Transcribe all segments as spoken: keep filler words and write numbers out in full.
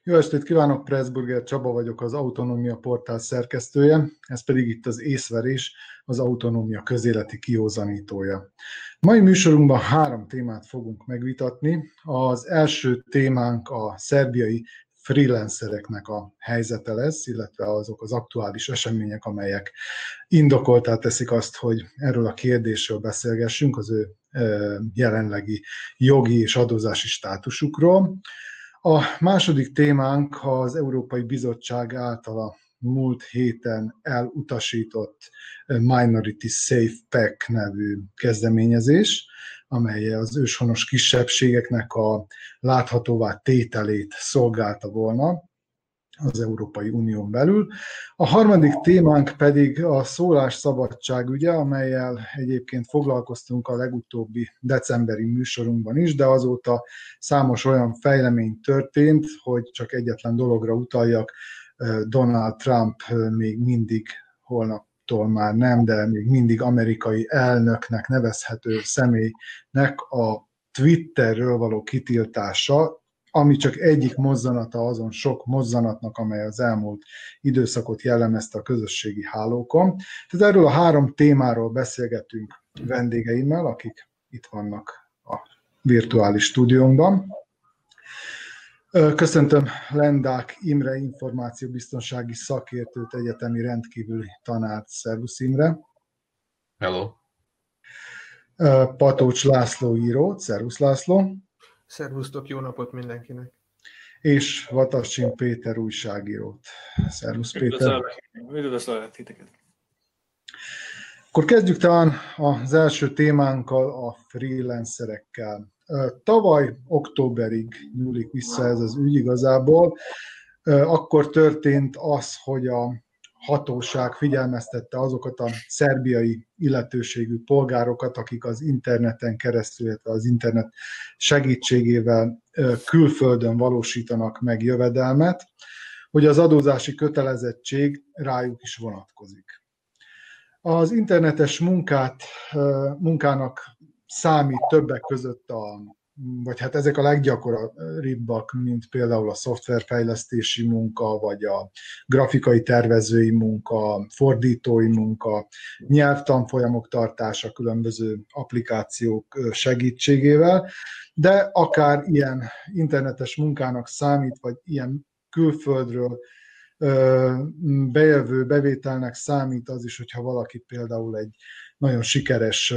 Jó estét kívánok, Pressburger Csaba vagyok, az Autonómia Portál szerkesztője, ez pedig itt az Észverés, az autonómia közéleti kiózanítója. Mai műsorunkban három témát fogunk megvitatni. Az első témánk a szerbiai freelancereknek a helyzete lesz, illetve azok az aktuális események, amelyek indokoltá teszik azt, hogy erről a kérdésről beszélgessünk, az ő jelenlegi jogi és adózási státusukról. A második témánk az Európai Bizottság által a múlt héten elutasított Minority Safe Pack nevű kezdeményezés, amely az őshonos kisebbségeknek a láthatóvá tételét szolgálta volna az Európai Unión belül. A harmadik témánk pedig a szólásszabadság ügye, amellyel egyébként foglalkoztunk a legutóbbi decemberi műsorunkban is, de azóta számos olyan fejlemény történt, hogy csak egyetlen dologra utaljak, Donald Trump még mindig, holnaptól már nem, de még mindig amerikai elnöknek nevezhető személynek a Twitterről való kitiltása, ami csak egyik mozzanata azon sok mozzanatnak, amely az elmúlt időszakot jellemezte a közösségi hálókon. Tehát erről a három témáról beszélgetünk vendégeimmel, akik itt vannak a virtuális stúdiónkban. Köszöntöm Lendák Imre információbiztonsági szakértőt, egyetemi rendkívüli tanárt. Szervusz Imre! Hello! Patócs László írót. Szervusz László! Szervusztok, jó napot mindenkinek! És Vatacsin Péter újságírót. Szervusz Péter! Üdvözlök titeket! Akkor kezdjük talán az első témánkkal, a freelancerekkel. Tavaly októberig nyúlik vissza ez az ügy igazából. Akkor történt az, hogy a hatóság figyelmeztette azokat a szerbiai illetőségű polgárokat, akik az interneten keresztül, illetve az internet segítségével külföldön valósítanak meg jövedelmet, hogy az adózási kötelezettség rájuk is vonatkozik. Az internetes munkát, munkának számít többek között a vagy hát ezek a leggyakoribbak, mint például a szoftverfejlesztési munka, vagy a grafikai tervezői munka, fordítói munka, nyelvtanfolyamok tartása különböző applikációk segítségével, de akár ilyen internetes munkának számít, vagy ilyen külföldről bejövő bevételnek számít az is, hogyha valaki például egy nagyon sikeres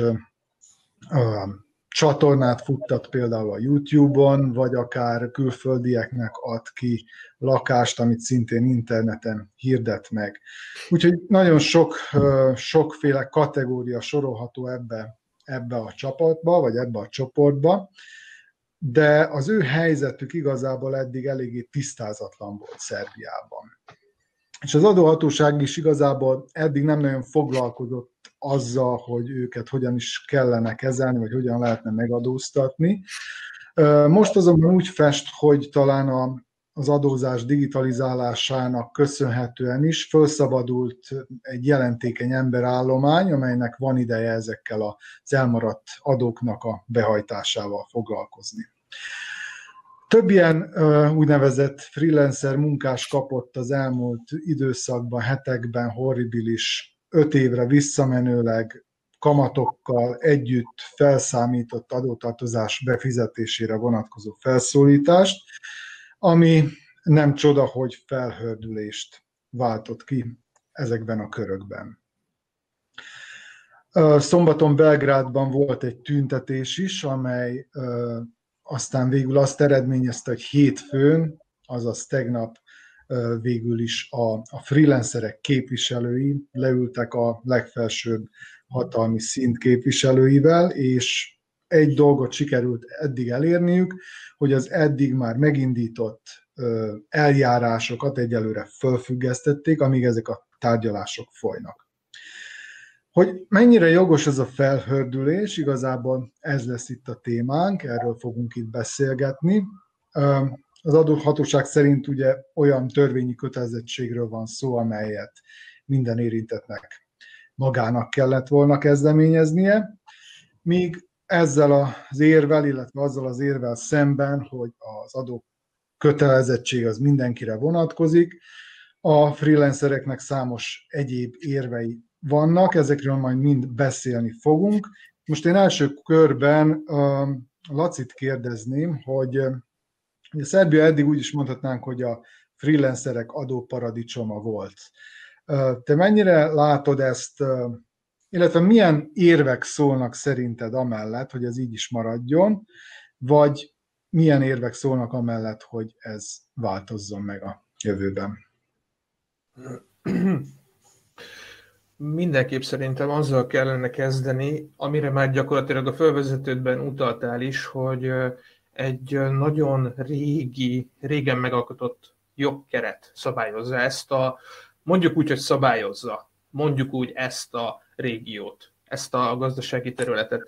csatornát futtat például a YouTube-on, vagy akár külföldieknek ad ki lakást, amit szintén interneten hirdet meg. Úgyhogy nagyon sok, sokféle kategória sorolható ebbe, ebbe a csapatba, vagy ebbe a csoportba, de az ő helyzetük igazából eddig eléggé tisztázatlan volt Szerbiában. És az adóhatóság is igazából eddig nem nagyon foglalkozott azzal, hogy őket hogyan is kellene kezelni, vagy hogyan lehetne megadóztatni. Most azonban úgy fest, hogy talán a, az adózás digitalizálásának köszönhetően is felszabadult egy jelentékeny emberállomány, amelynek van ideje ezekkel az elmaradt adóknak a behajtásával foglalkozni. Több ilyen úgynevezett freelancer munkás kapott az elmúlt időszakban, hetekben horribilis, öt évre visszamenőleg kamatokkal együtt felszámított adótartozás befizetésére vonatkozó felszólítást, ami nem csoda, hogy felhördülést váltott ki ezekben a körökben. Szombaton Belgrádban volt egy tüntetés is, amely aztán végül azt eredményezte, hogy hétfőn, azaz tegnap végül is a, a freelancerek képviselői leültek a legfelsőbb hatalmi szint képviselőivel, és egy dolgot sikerült eddig elérniük, hogy az eddig már megindított eljárásokat egyelőre fölfüggesztették, amíg ezek a tárgyalások folynak. Hogy mennyire jogos ez a felhördülés, igazából ez lesz itt a témánk, erről fogunk itt beszélgetni. Az adóhatóság szerint ugye olyan törvényi kötelezettségről van szó, amelyet minden érintettnek magának kellett volna kezdeményeznie, míg ezzel az érvel, illetve azzal az érvel szemben, hogy az adók kötelezettség az mindenkire vonatkozik. A freelancereknek számos egyéb érvei vannak, ezekről majd mind beszélni fogunk. Most én első körben uh, Lacit kérdezném, hogy uh, Szerbia eddig úgy is mondhatnánk, hogy a freelancerek adóparadicsoma volt. Uh, te mennyire látod ezt, uh, illetve milyen érvek szólnak szerinted amellett, hogy ez így is maradjon, vagy milyen érvek szólnak amellett, hogy ez változzon meg a jövőben? Mindenképp szerintem azzal kellene kezdeni, amire már gyakorlatilag a fölvezetődben utaltál is, hogy egy nagyon régi, régen megalkotott jogkeret szabályozza ezt a, mondjuk úgy, hogy szabályozza, mondjuk úgy ezt a régiót, ezt a gazdasági területet.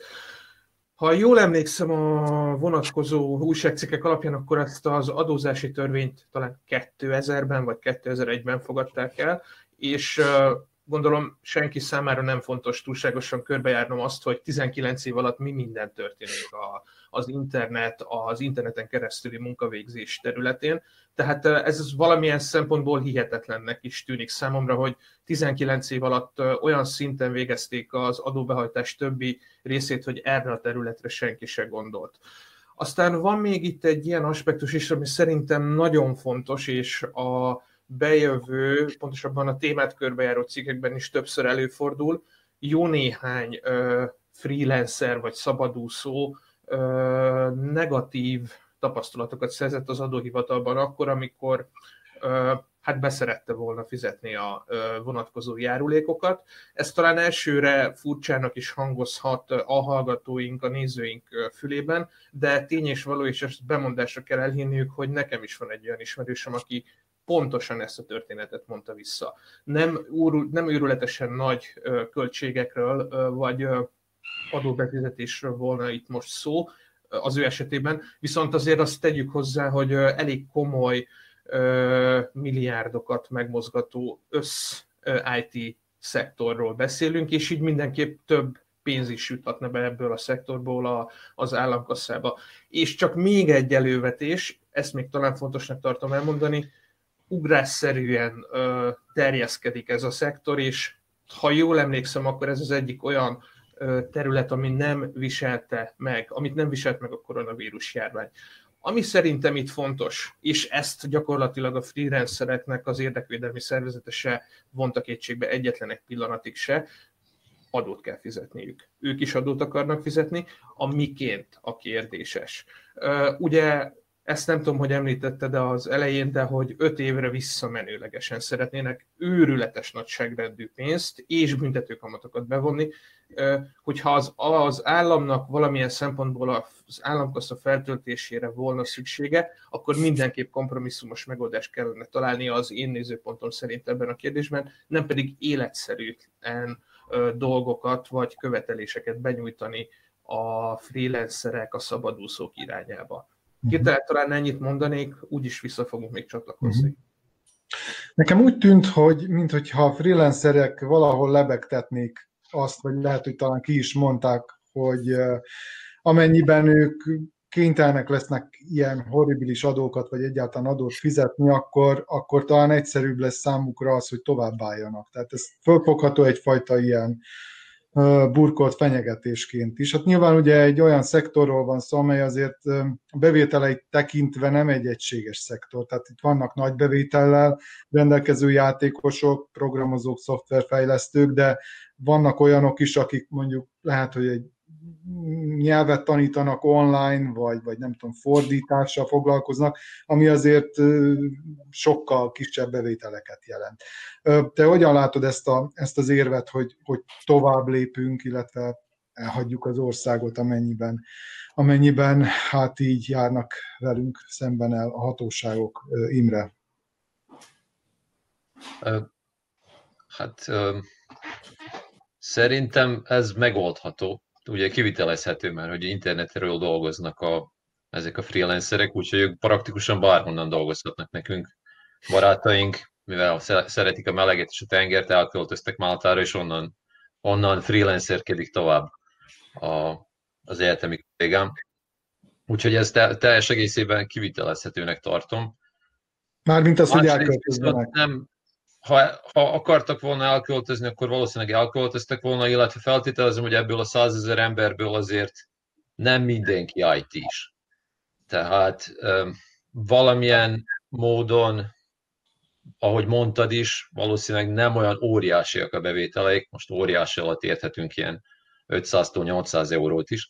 Ha jól emlékszem a vonatkozó újságcikkek alapján, akkor ezt az adózási törvényt talán kétezerben vagy kétezer-egyben fogadták el, és gondolom senki számára nem fontos túlságosan körbejárnom azt, hogy tizenkilenc év alatt mi minden történik a, az internet, az interneten keresztüli munkavégzés területén. Tehát ez valamilyen szempontból hihetetlennek is tűnik számomra, hogy tizenkilenc év alatt olyan szinten végezték az adóbehajtás többi részét, hogy erre a területre senki se gondolt. Aztán van még itt egy ilyen aspektus is, ami szerintem nagyon fontos, és a bejövő, pontosabban a témát körbejáró cikkekben is többször előfordul. Jó néhány uh, freelancer vagy szabadúszó uh, negatív tapasztalatokat szerzett az adóhivatalban akkor, amikor uh, hát beszerette volna fizetni a uh, vonatkozó járulékokat. Ez talán elsőre furcsának is hangozhat a hallgatóink, a nézőink fülében, de tény és való, és ezt bemondásra kell elhinniük, hogy nekem is van egy olyan ismerősöm, aki pontosan ezt a történetet mondta vissza. Nem, úr, nem őrületesen nagy ö, költségekről, ö, vagy ö, adóbefizetésről volna itt most szó ö, az ő esetében, viszont azért azt tegyük hozzá, hogy ö, elég komoly ö, milliárdokat megmozgató össz ö, i té szektorról beszélünk, és így mindenképp több pénz is juthatna be ebből a szektorból a, az államkasszába. És csak még egy elővetés, ezt még talán fontosnak tartom elmondani, ugrásszerűen ö, terjeszkedik ez a szektor, és ha jól emlékszem, akkor ez az egyik olyan ö, terület, ami nem viselte meg, amit nem viselt meg a koronavírus járvány. Ami szerintem itt fontos, és ezt gyakorlatilag a freelancereknek az érdekvédelmi szervezete se vonta kétségbe egyetlen egy pillanatig se, adót kell fizetniük. Ők is adót akarnak fizetni, a miként a kérdéses. Ö, ugye ezt nem tudom, hogy említetted az elején, de hogy öt évre visszamenőlegesen szeretnének őrületes nagyságrendű pénzt és büntetőkamatokat bevonni, hogyha az, az államnak valamilyen szempontból az államkassa feltöltésére volna szüksége, akkor mindenképp kompromisszumos megoldást kellene találni az én nézőpontom szerint ebben a kérdésben, nem pedig életszerűen dolgokat vagy követeléseket benyújtani a freelancerek, a szabadúszók irányába. Hirtelen talán ennyit mondanék, úgyis vissza fogunk még csatlakozni. Nekem úgy tűnt, hogy minthogyha a freelancerek valahol lebegtetnék azt, vagy lehet, hogy talán ki is mondták, hogy amennyiben ők kénytelenek lesznek ilyen horribilis adókat, vagy egyáltalán adót fizetni, akkor, akkor talán egyszerűbb lesz számukra az, hogy továbbálljanak. Tehát ez fölfogható egyfajta ilyen burkolt fenyegetésként is. Hát nyilván ugye egy olyan szektorról van szó, amely azért a bevételeit tekintve nem egy egységes szektor. Tehát itt vannak nagy bevétellel rendelkező játékosok, programozók, szoftverfejlesztők, de vannak olyanok is, akik mondjuk lehet, hogy egy nyelvet tanítanak online, vagy, vagy nem tudom, fordítással foglalkoznak, ami azért sokkal kisebb bevételeket jelent. Te hogyan látod ezt, a, ezt az érvet, hogy, hogy tovább lépünk, illetve elhagyjuk az országot, amennyiben, amennyiben hát így járnak velünk szemben el a hatóságok, Imre? Hát szerintem ez megoldható. Ugye kivitelezhető már, hogy internetről dolgoznak a, ezek a freelancerek, úgyhogy ők praktikusan bárhonnan dolgozhatnak nekünk. Barátaink, mivel szeretik a meleget és a tengert, elköltöztek Máltára, és onnan, onnan freelancerkedik tovább a, az egyetemi kollégám. Úgyhogy ezt teljes egészében kivitelezhetőnek tartom. Mármint az, hogy elköltözzenek. Nem, ha, ha akartak volna elköltözni, akkor valószínűleg elköltöztek volna, illetve feltételezem, hogy ebből a százezer emberből azért nem mindenki i té-s. Tehát um, valamilyen módon, ahogy mondtad is, valószínűleg nem olyan óriásiak a bevételeik, most óriási alatt érthetünk ilyen ötszáztól nyolcszáz eurót is.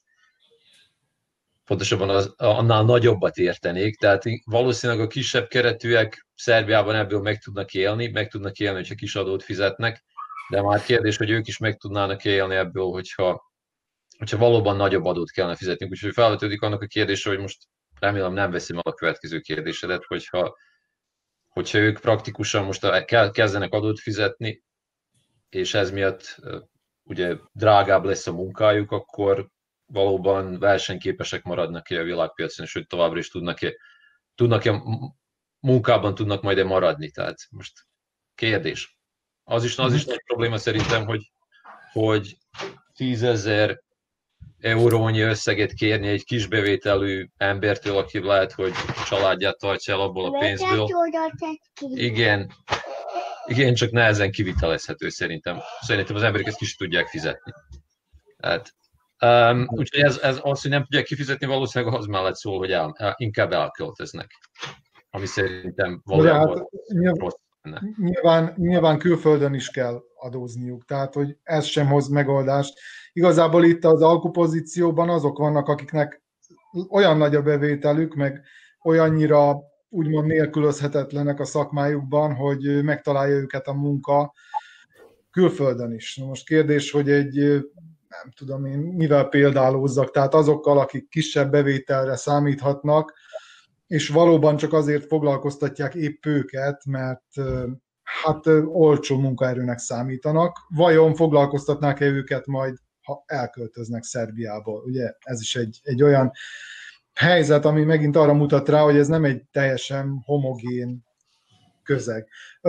Pontosabban az, annál nagyobbat értenék, tehát valószínűleg a kisebb keretűek Szerbiában ebből meg tudnak élni, meg tudnak élni, hogyha kis adót fizetnek, de már kérdés, hogy ők is meg tudnának élni ebből, hogyha, hogyha valóban nagyobb adót kellene fizetni. Úgyhogy felvetődik annak a kérdése, hogy most remélem nem veszem el a következő kérdésedet, hogyha, hogyha ők praktikusan most kezdenek adót fizetni, és ez miatt ugye drágább lesz a munkájuk, akkor valóban versenyképesek maradnak-e a világpiacon, és hogy továbbra is tudnak-e, tudnak-e munkában tudnak majd maradni. Tehát most kérdés. Az is, az is nagy probléma szerintem, hogy, hogy tízezer eurónyi összeget kérni egy kisbevételű embertől, aki lehet, hogy a családját tartja el abból a pénzből. Igen, igen, csak nehezen kivitelezhető szerintem. Szerintem az emberek ezt is tudják fizetni. Tehát, um, úgyhogy ez, ez az, hogy nem tudják kifizetni, valószínűleg az mellett szól, hogy el, el, inkább elköltöznek. Ami szerintem valójában hát, nyilván, rossz lenne. Nyilván, nyilván külföldön is kell adózniuk, tehát hogy ez sem hoz megoldást. Igazából itt az alkupozícióban azok vannak, akiknek olyan nagy a bevételük, meg olyannyira úgymond nélkülözhetetlenek a szakmájukban, hogy megtalálja őket a munka külföldön is. Most kérdés, hogy egy, nem tudom én, mivel példálózzak, tehát azokkal, akik kisebb bevételre számíthatnak, és valóban csak azért foglalkoztatják épp őket, mert hát olcsó munkaerőnek számítanak. Vajon foglalkoztatnák-e őket majd, ha elköltöznek Szerbiából? Ugye ez is egy, egy olyan helyzet, ami megint arra mutat rá, hogy ez nem egy teljesen homogén közeg.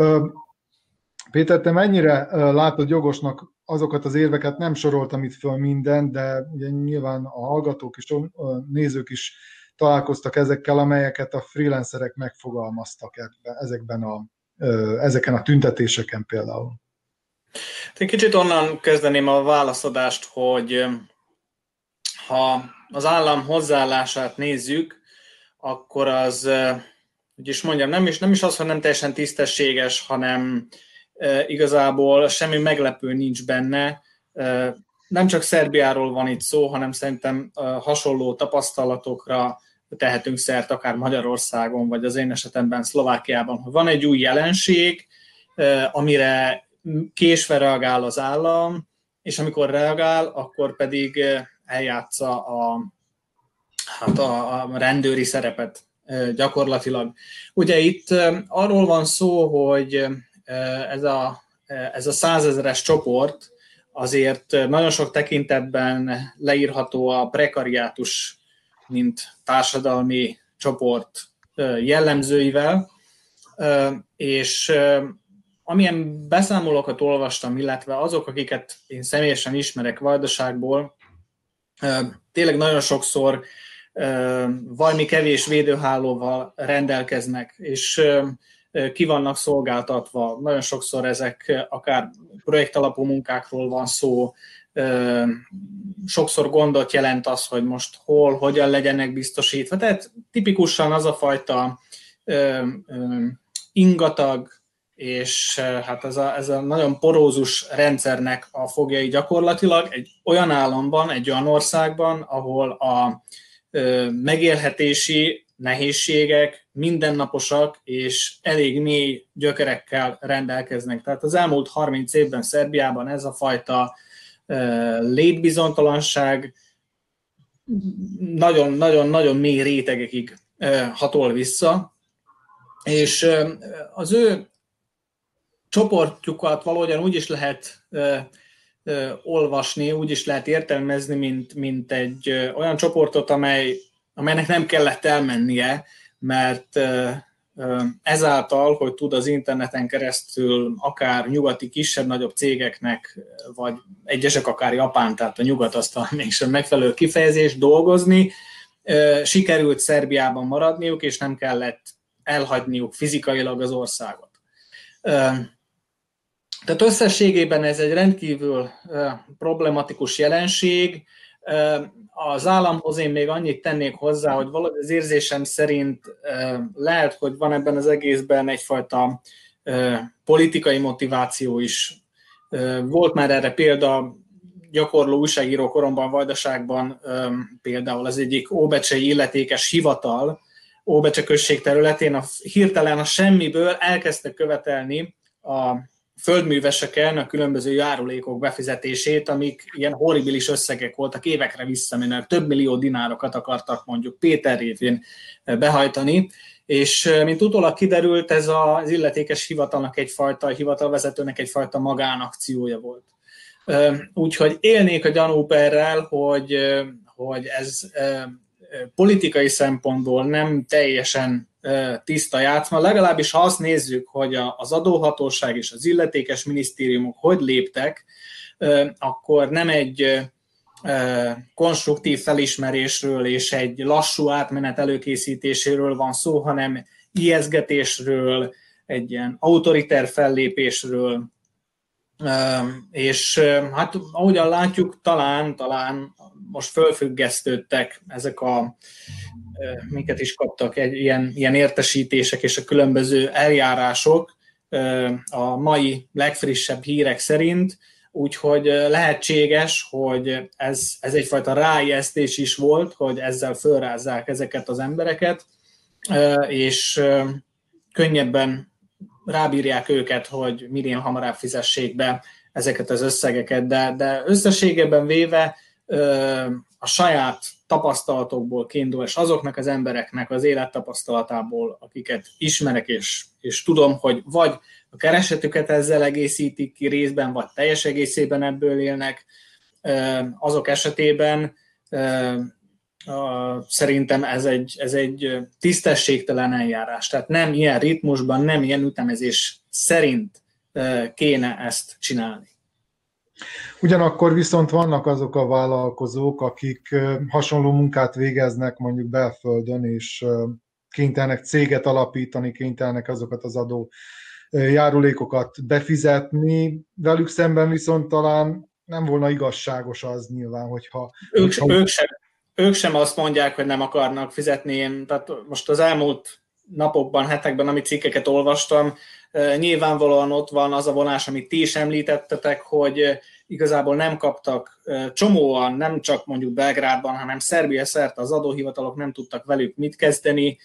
Péter, te mennyire látod jogosnak azokat az érveket, nem soroltam itt föl mindent, de ugye nyilván a hallgatók és a nézők is találkoztak ezekkel, amelyeket a freelancerek megfogalmaztak ebben, ezekben a, ezeken a tüntetéseken például. Én kicsit onnan kezdeném a válaszadást, hogy ha az állam hozzáállását nézzük, akkor az, úgy is mondjam, nem is, nem is az, hogy nem teljesen tisztességes, hanem igazából semmi meglepő nincs benne. Nem csak Szerbiáról van itt szó, hanem szerintem hasonló tapasztalatokra tehetünk szert akár Magyarországon, vagy az én esetemben Szlovákiában. Van egy új jelenség, amire késve reagál az állam, és amikor reagál, akkor pedig eljátsza a, hát a, a rendőri szerepet gyakorlatilag. Ugye itt arról van szó, hogy ez a, ez a százezeres csoport azért nagyon sok tekintetben leírható a prekariátus, mint társadalmi csoport jellemzőivel, és amilyen beszámolókat olvastam, illetve azok, akiket én személyesen ismerek Vajdaságból, tényleg nagyon sokszor valami kevés védőhálóval rendelkeznek, és ki vannak szolgáltatva. Nagyon sokszor ezek akár projektalapú munkákról van szó, sokszor gondot jelent az, hogy most hol, hogyan legyenek biztosítva. Tehát tipikusan az a fajta ingatag, és hát ez a, ez a nagyon porózus rendszernek a fogjai gyakorlatilag egy olyan államban, egy olyan országban, ahol a megélhetési nehézségek mindennaposak és elég mély gyökerekkel rendelkeznek. Tehát az elmúlt harminc évben Szerbiában ez a fajta létbizonytalanság nagyon-nagyon-nagyon mély rétegekig hatol vissza, és az ő csoportjukat valahogyan úgy is lehet olvasni, úgy is lehet értelmezni, mint, mint egy olyan csoportot, amely, amelynek nem kellett elmennie, mert ezáltal, hogy tud az interneten keresztül akár nyugati kisebb-nagyobb cégeknek, vagy egyesek akár Japán, tehát a nyugat aztán mégsem megfelelő kifejezés dolgozni, sikerült Szerbiában maradniuk, és nem kellett elhagyniuk fizikailag az országot. Tehát összességében ez egy rendkívül problematikus jelenség. Az államhoz én még annyit tennék hozzá, hogy valahogy az érzésem szerint lehet, hogy van ebben az egészben egyfajta politikai motiváció is. Volt már erre példa, gyakorló újságíró koromban, Vajdaságban például az egyik óbecsei illetékes hivatal, Óbecse község területén a, hirtelen a semmiből elkezdtek követelni a földműveseken a különböző járulékok befizetését, amik ilyen horribilis összegek voltak, évekre visszamenőleg, több millió dinárokat akartak mondjuk Péter révén behajtani, és mint utólag kiderült, ez az illetékes hivatalnak egyfajta, a hivatalvezetőnek egyfajta magánakciója volt. Úgyhogy élnék a gyanúperrel, hogy, hogy ez politikai szempontból nem teljesen tiszta játszma, legalábbis ha azt nézzük, hogy az adóhatóság és az illetékes minisztériumok hogy léptek, akkor nem egy konstruktív felismerésről és egy lassú átmenet előkészítéséről van szó, hanem ijesztgetésről, egy ilyen autoriter fellépésről, és hát ahogyan látjuk, talán, talán most fölfüggesztődtek ezek a, minket is kaptak egy ilyen, ilyen értesítések és a különböző eljárások a mai legfrissebb hírek szerint, úgyhogy lehetséges, hogy ez, ez egyfajta ráijesztés is volt, hogy ezzel fölrázzák ezeket az embereket, és könnyebben rábírják őket, hogy minél hamarabb fizessék be ezeket az összegeket, de, de összességében véve a saját tapasztalatokból kiindul, és azoknak az embereknek az élettapasztalatából, akiket ismerek, és, és tudom, hogy vagy a keresetüket ezzel egészítik ki részben, vagy teljes egészében ebből élnek, azok esetében szerintem ez egy, ez egy tisztességtelen eljárás. Tehát nem ilyen ritmusban, nem ilyen ütemezés szerint kéne ezt csinálni. Ugyanakkor viszont vannak azok a vállalkozók, akik hasonló munkát végeznek mondjuk belföldön, és kénytelenek céget alapítani, kénytelenek azokat az adó járulékokat befizetni. Velük szemben viszont talán nem volna igazságos az nyilván, hogyha... Ők, hogyha... ők, sem, ők sem azt mondják, hogy nem akarnak fizetni. Én, tehát most az elmúlt napokban, hetekben, amit cikkeket olvastam, nyilvánvalóan ott van az a vonás, amit ti is említettetek, hogy igazából nem kaptak csomóan, nem csak mondjuk Belgrádban, hanem Szerbia szerte az adóhivatalok nem tudtak velük mit kezdeni,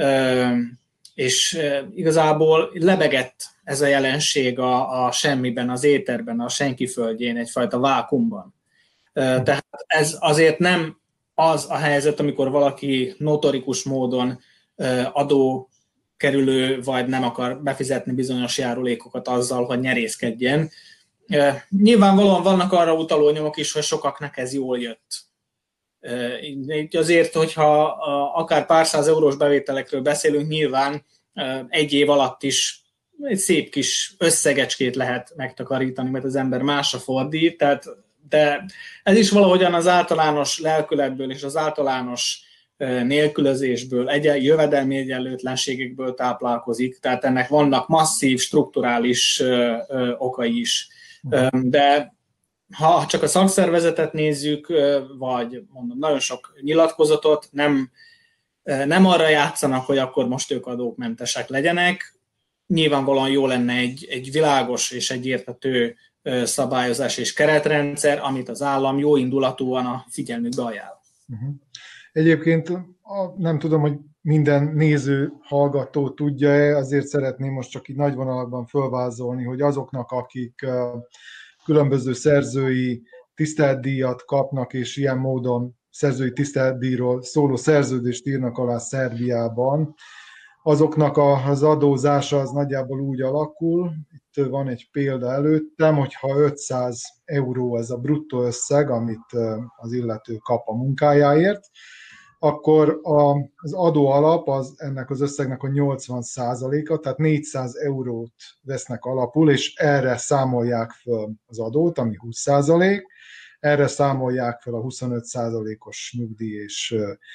és igazából lebegett ez a jelenség a, a semmiben, az éterben, a senki földjén, egyfajta vákumban. Tehát ez azért nem az a helyzet, amikor valaki notorikus módon adó kerülő, vagy nem akar befizetni bizonyos járulékokat azzal, hogy nyerészkedjen. Nyilvánvalóan vannak arra utaló nyomok is, hogy sokaknak ez jól jött. Így azért, hogyha akár pár száz eurós bevételekről beszélünk, nyilván egy év alatt is egy szép kis összegecskét lehet megtakarítani, mert az ember másra fordít, tehát, de ez is valahogyan az általános lelkületből és az általános nélkülözésből, egyen, jövedelmi egyenlőtlenségekből táplálkozik, tehát ennek vannak masszív, strukturális ö, ö, okai is. De ha csak a szakszervezetet nézzük, vagy mondom, nagyon sok nyilatkozatot, nem, nem arra játszanak, hogy akkor most ők adókmentesek legyenek. Nyilvánvalóan jó lenne egy, egy világos és egy érthető szabályozás és keretrendszer, amit az állam jó indulatúan a figyelmükbe ajánl. Egyébként nem tudom, hogy minden néző, hallgató tudja-e, azért szeretném most csak így nagy vonalakban fölvázolni, hogy azoknak, akik különböző szerzői tiszteletdíjat kapnak, és ilyen módon szerzői tiszteletdíjról szóló szerződést írnak alá Szerbiában, azoknak az adózása az nagyjából úgy alakul, itt van egy példa előttem, hogyha ötszáz euró ez a bruttó összeg, amit az illető kap a munkájáért, akkor az adóalap az ennek az összegnek a nyolcvan százaléka, tehát négyszáz eurót vesznek alapul, és erre számolják fel az adót, ami húsz százalék, erre számolják fel a huszonöt százalékos nyugdíj és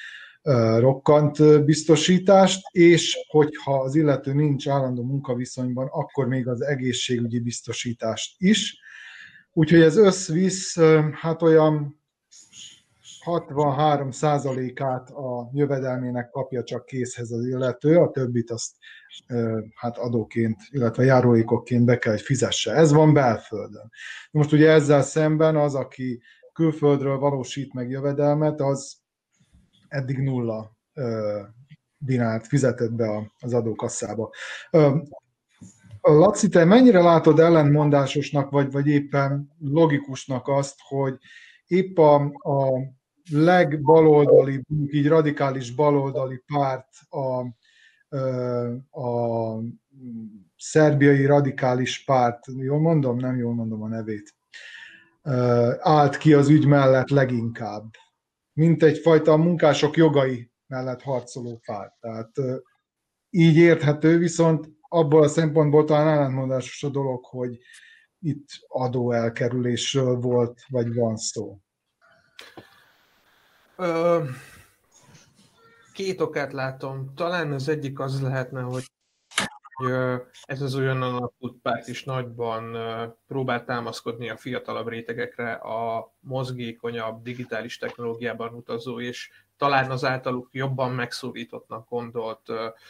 rokkant biztosítást, és hogyha az illető nincs állandó munkaviszonyban, akkor még az egészségügyi biztosítást is. Úgyhogy ez összvisz, hát olyan hatvanhárom százalékát a jövedelmének kapja csak készhez az illető, a többit azt hát adóként, illetve járulékokként be kell, hogy fizesse. Ez van belföldön. Most ugye ezzel szemben az, aki külföldről valósít meg jövedelmet, az eddig nulla dinárt fizetett be az adókasszába. Laci, te mennyire látod ellentmondásosnak, vagy, vagy éppen logikusnak azt, hogy épp a, a legbaloldali, így radikális baloldali párt, a, a szerbiai radikális párt, jól mondom, nem jól mondom a nevét, állt ki az ügy mellett leginkább, mint egyfajta munkások jogai mellett harcoló párt. Tehát így érthető, viszont abból a szempontból talán ellentmondásos a dolog, hogy itt adóelkerülésről volt, vagy van szó. Ö, két okát látom. Talán az egyik az lehetne, hogy ez az olyan alakult párt is nagyban próbál támaszkodni a fiatalabb rétegekre, a mozgékonyabb, digitális technológiában utazó, és talán az általuk jobban megszólítottnak gondolt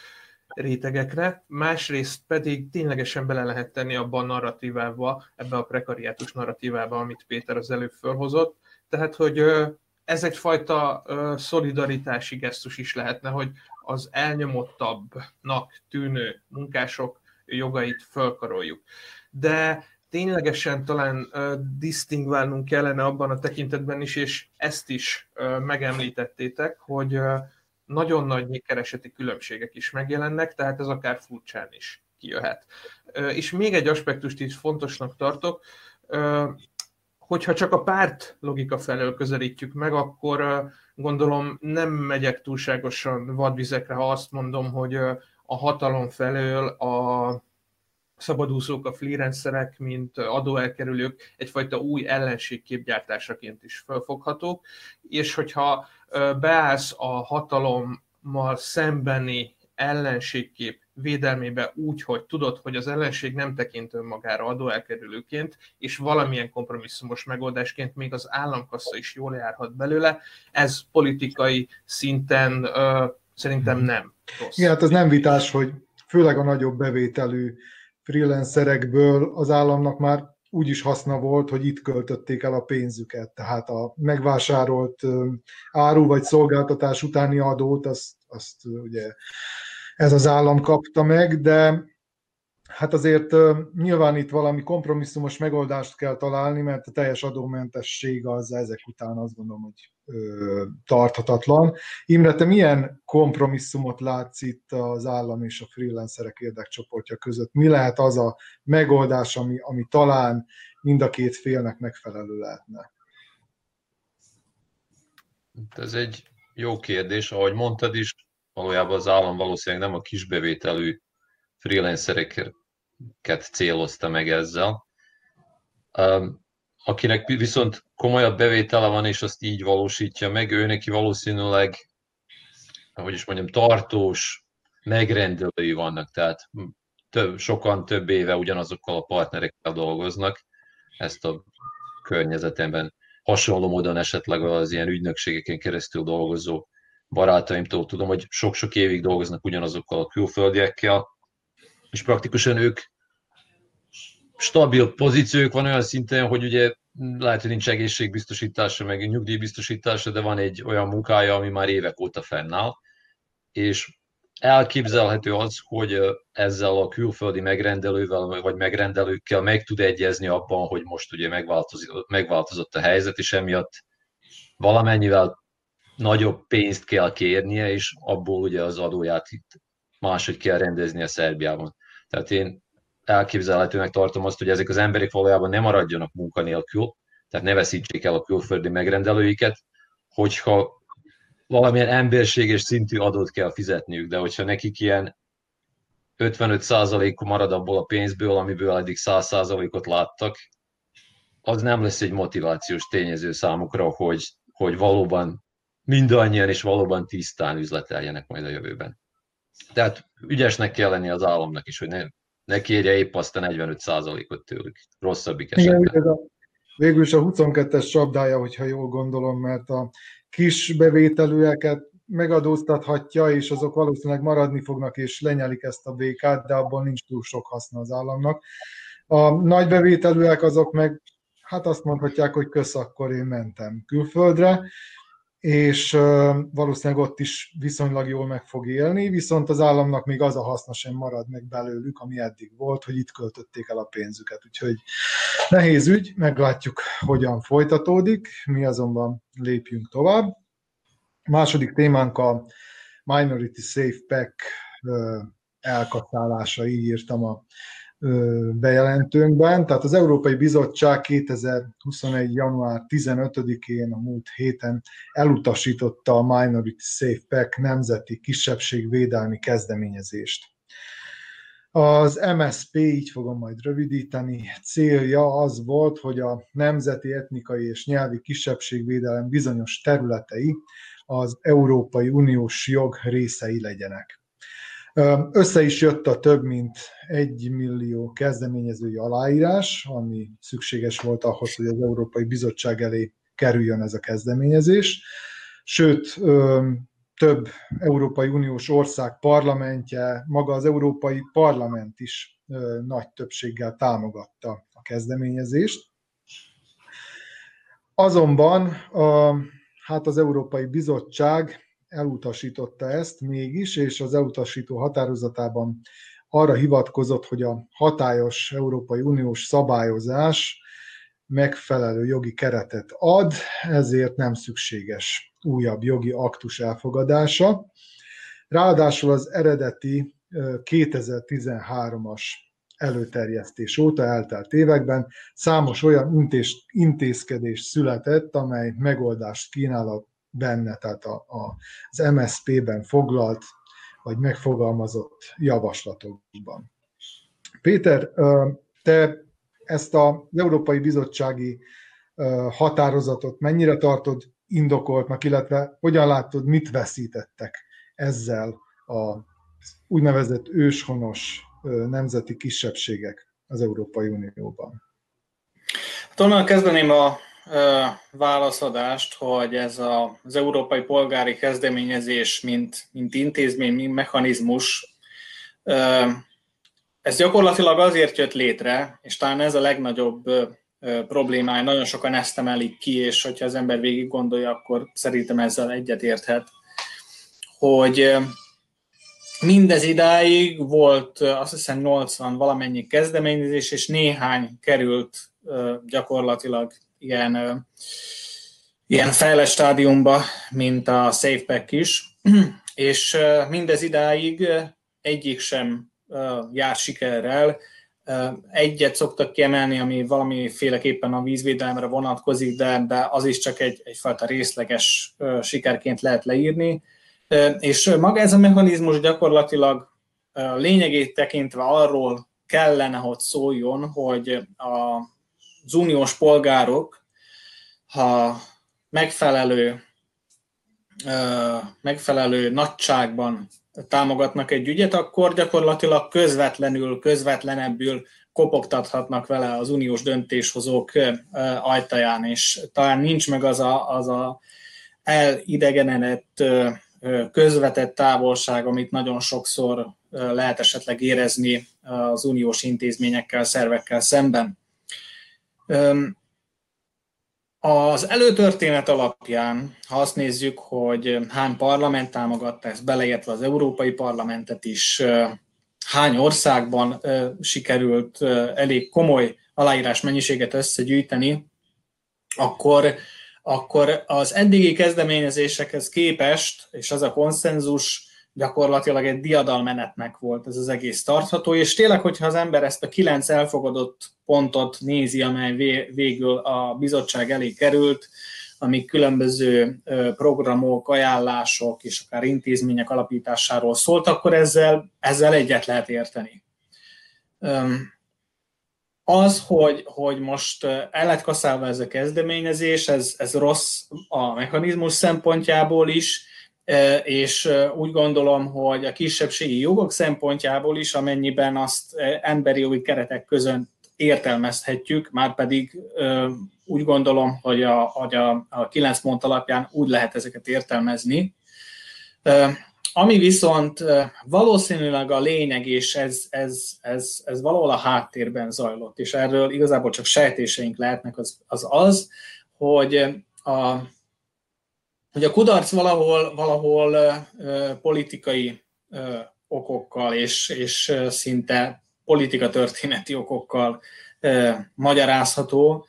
rétegekre. Másrészt pedig ténylegesen bele lehet tenni abban a narratívába, ebbe a prekariátus narratívába, amit Péter az előbb fölhozott. Tehát, hogy ez egyfajta szolidaritási gesztus is lehetne, hogy az elnyomottabbnak tűnő munkások jogait fölkaroljuk. De ténylegesen talán uh, disztingválnunk kellene abban a tekintetben is, és ezt is uh, megemlítettétek, hogy uh, nagyon nagy kereseti különbségek is megjelennek, tehát ez akár furcsán is kijöhet. Uh, és még egy aspektust is fontosnak tartok, uh, hogyha csak a párt logika felől közelítjük meg, akkor uh, gondolom nem megyek túlságosan vadvizekre, ha azt mondom, hogy uh, a hatalom felől a szabadúszók, a freelancerek, mint adóelkerülők egyfajta új ellenségkép gyártásaként is felfoghatók, és hogyha beállsz a hatalommal szembeni ellenségkép védelmébe úgy, hogy tudod, hogy az ellenség nem tekint önmagára adóelkerülőként, és valamilyen kompromisszumos megoldásként még az államkassa is jól járhat belőle, ez politikai szinten uh, szerintem nem rossz. Igen, hát ez nem vitás, hogy főleg a nagyobb bevételű freelancerekből az államnak már úgy is haszna volt, hogy itt költötték el a pénzüket. Tehát a megvásárolt áru vagy szolgáltatás utáni adót, azt, azt ugye ez az állam kapta meg, de hát azért nyilván itt valami kompromisszumos megoldást kell találni, mert a teljes adómentesség az ezek után azt gondolom, hogy ö, tarthatatlan. Imre, te milyen kompromisszumot látsz itt az állam és a freelancerek érdekcsoportja között? Mi lehet az a megoldás, ami, ami talán mind a két félnek megfelelő lehetne? Ez egy jó kérdés. Ahogy mondtad is, valójában az állam valószínűleg nem a kisbevételű freelancereket célozta meg ezzel. Akinek viszont komolyabb bevétele van, és azt így valósítja meg, ő neki valószínűleg, ahogy is mondjam, tartós megrendelői vannak, tehát több, sokan több éve ugyanazokkal a partnerekkel dolgoznak. Ezt a környezetemben hasonló módon esetleg az ilyen ügynökségeken keresztül dolgozó barátaimtól tudom, hogy sok-sok évig dolgoznak ugyanazokkal a külföldiekkel, és praktikusan ők stabil pozíciók van olyan szinten, hogy ugye lehet, hogy nincs egészségbiztosítása, meg nyugdíjbiztosítása, de van egy olyan munkája, ami már évek óta fennáll, és elképzelhető az, hogy ezzel a külföldi megrendelővel, vagy megrendelőkkel meg tud egyezni abban, hogy most ugye megváltozott, megváltozott a helyzet, és emiatt valamennyivel nagyobb pénzt kell kérnie, és abból ugye az adóját itt máshogy kell rendeznie Szerbiában. Tehát én elképzelhetőnek tartom azt, hogy ezek az emberek valójában nem maradjanak munkanélkül, tehát ne veszítsék el a külföldi megrendelőiket, hogyha valamilyen emberséges szintű adót kell fizetniük, de hogyha nekik ilyen ötvenöt százalék marad abból a pénzből, amiből eddig száz százalékot láttak, az nem lesz egy motivációs tényező számukra, hogy, hogy valóban mindannyian és valóban tisztán üzleteljenek majd a jövőben. Tehát ügyesnek kell lenni az államnak is, hogy ne, ne kérje épp azt a negyvenöt százalékot tőlük, rosszabbik esetben. Igen, végül is a huszonkettes csapdája, hogyha jól gondolom, mert a kis bevételűeket megadóztathatja, és azok valószínűleg maradni fognak, és lenyelik ezt a békát, de abból nincs túl sok haszna az államnak. A nagy bevételűek azok meg, hát azt mondhatják, hogy kösz, akkor én mentem külföldre, és valószínűleg ott is viszonylag jól meg fog élni, viszont az államnak még az a haszna sem marad meg belőlük, ami eddig volt, hogy itt költötték el a pénzüket. Úgyhogy nehéz ügy, meglátjuk, hogyan folytatódik, mi azonban lépjünk tovább. A második témánk a Minority Safe Pack elkaszálása, így írtam a bejelentőnkben. Tehát az Európai Bizottság kétezer-huszonegy. január tizenötödikén, a múlt héten elutasította a Minority Safe Pack nemzeti kisebbségvédelmi kezdeményezést. Az em es zé pé, így fogom majd rövidíteni, célja az volt, hogy a nemzeti, etnikai és nyelvi kisebbségvédelem bizonyos területei az Európai Uniós jog részei legyenek. Össze is jött a több mint egy millió kezdeményezői aláírás, ami szükséges volt ahhoz, hogy az Európai Bizottság elé kerüljön ez a kezdeményezés. Sőt, több Európai Uniós ország parlamentje, maga az Európai Parlament is nagy többséggel támogatta a kezdeményezést. Azonban hát az Európai Bizottság elutasította ezt mégis, és az elutasító határozatában arra hivatkozott, hogy a hatályos Európai Uniós szabályozás megfelelő jogi keretet ad, ezért nem szükséges újabb jogi aktus elfogadása. Ráadásul az eredeti kétezer-tizenhármas előterjesztés óta eltelt években számos olyan intézkedés született, amely megoldást kínál a benne, tehát a, a, az em es zé pé-ben foglalt, vagy megfogalmazott javaslatokban. Péter, te ezt az Európai Bizottsági határozatot mennyire tartod indokoltnak, illetve hogyan látod, mit veszítettek ezzel a úgynevezett őshonos nemzeti kisebbségek az Európai Unióban? Hát onnan kezdeném a válaszadást, hogy ez a, az európai polgári kezdeményezés, mint, mint intézmény, mint mechanizmus, ez gyakorlatilag azért jött létre, és talán ez a legnagyobb problémája, nagyon sokan ezt emelik ki, és hogyha az ember végig gondolja, akkor szerintem ezzel egyetérthet, hogy mindez idáig volt azt hiszem nyolcvan valamennyi kezdeményezés, és néhány került gyakorlatilag ilyen, ilyen fejlett stádiumba, mint a SafePack is, és mindez idáig egyik sem jár sikerrel. Egyet szoktak kiemelni, ami valamiféleképpen a vízvédelemre vonatkozik, de, de az is csak egy, egyfajta részleges sikerként lehet leírni. És maga ez a mechanizmus gyakorlatilag lényegét tekintve arról kellene, hogy szóljon, hogy a az uniós polgárok, ha megfelelő, megfelelő nagyságban támogatnak egy ügyet, akkor gyakorlatilag közvetlenül, közvetlenebbül kopogtathatnak vele az uniós döntéshozók ajtaján, és talán nincs meg az a, az a elidegenedett, közvetett távolság, amit nagyon sokszor lehet esetleg érezni az uniós intézményekkel, szervekkel szemben. Az előtörténet alapján, ha azt nézzük, hogy hány parlament támogatta ezt, beleértve az Európai Parlamentet is, hány országban sikerült elég komoly aláírás mennyiséget összegyűjteni, akkor, akkor az eddigi kezdeményezésekhez képest, és az a konszenzus gyakorlatilag egy diadalmenetnek volt ez az egész tartható, és tényleg, hogyha az ember ezt a kilenc elfogadott pontot nézi, amely végül a bizottság elé került, amik különböző programok, ajánlások és akár intézmények alapításáról szólt, akkor ezzel, ezzel egyet lehet érteni. az, hogy, hogy most el lett kaszálva ez a kezdeményezés, ez, ez rossz a mechanizmus szempontjából is, és úgy gondolom, hogy a kisebbségi jogok szempontjából is, amennyiben azt emberi jogi keretek között értelmezhetjük, már pedig úgy gondolom, hogy a, hogy a, a kilenc pont alapján úgy lehet ezeket értelmezni. Ami viszont valószínűleg a lényeg, és ez, ez, ez, ez valahol a háttérben zajlott, és erről igazából csak sejtéseink lehetnek, az az, az hogy, a, hogy a kudarc valahol, valahol uh, politikai uh, okokkal és, és uh, szinte politikatörténeti okokkal uh, magyarázható.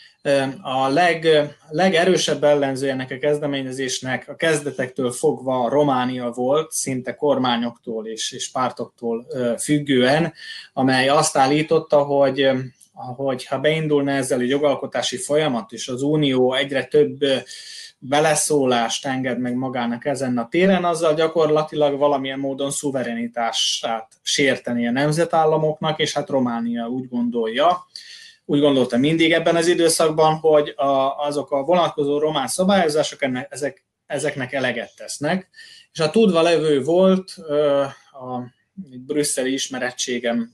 A leg, legerősebb ellenző ennek a kezdeményezésnek a kezdetektől fogva Románia volt, szinte kormányoktól és, és pártoktól függően, amely azt állította, hogy, hogy ha beindulna ezzel a jogalkotási folyamat, és az Unió egyre több beleszólást enged meg magának ezen a téren, azzal gyakorlatilag valamilyen módon szuverenitását sérteni a nemzetállamoknak, és hát Románia úgy gondolja, úgy gondoltam mindig ebben az időszakban, hogy a, azok a vonatkozó román szabályozások ennek, ezek, ezeknek eleget tesznek. És a tudva levő volt, a brüsszeli ismerettségem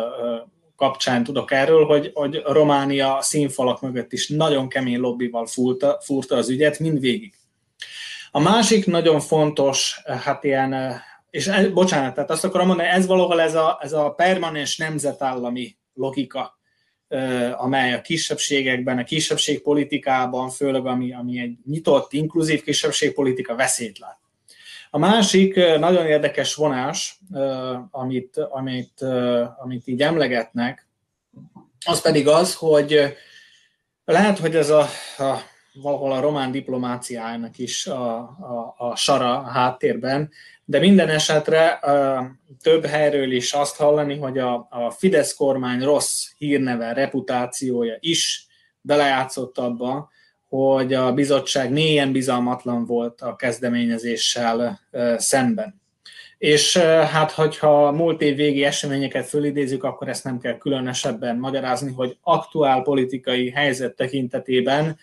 kapcsán tudok erről, hogy, hogy Románia színfalak mögött is nagyon kemény lobbival fúrta, fúrta az ügyet mindvégig. A másik nagyon fontos, hát ilyen, és ez, bocsánat, tehát azt akarom mondani, ez valahol ez a, ez a permanens nemzetállami logika, amely a kisebbségekben, a kisebbségpolitikában, főleg ami, ami egy nyitott, inkluzív kisebbségpolitika veszélyt lát. A másik nagyon érdekes vonás, amit, amit, amit így emlegetnek, az pedig az, hogy lehet, hogy ez a, a valahol a román diplomáciának is a, a, a sara a háttérben, de minden esetre uh, több helyről is azt hallani, hogy a, a Fidesz kormány rossz hírneve, reputációja is belejátszott abba, hogy a bizottság mélyen bizalmatlan volt a kezdeményezéssel uh, szemben. És uh, hát, hogyha múlt év végi eseményeket fölidézzük, akkor ezt nem kell különösebben magyarázni, hogy aktuál politikai helyzet tekintetében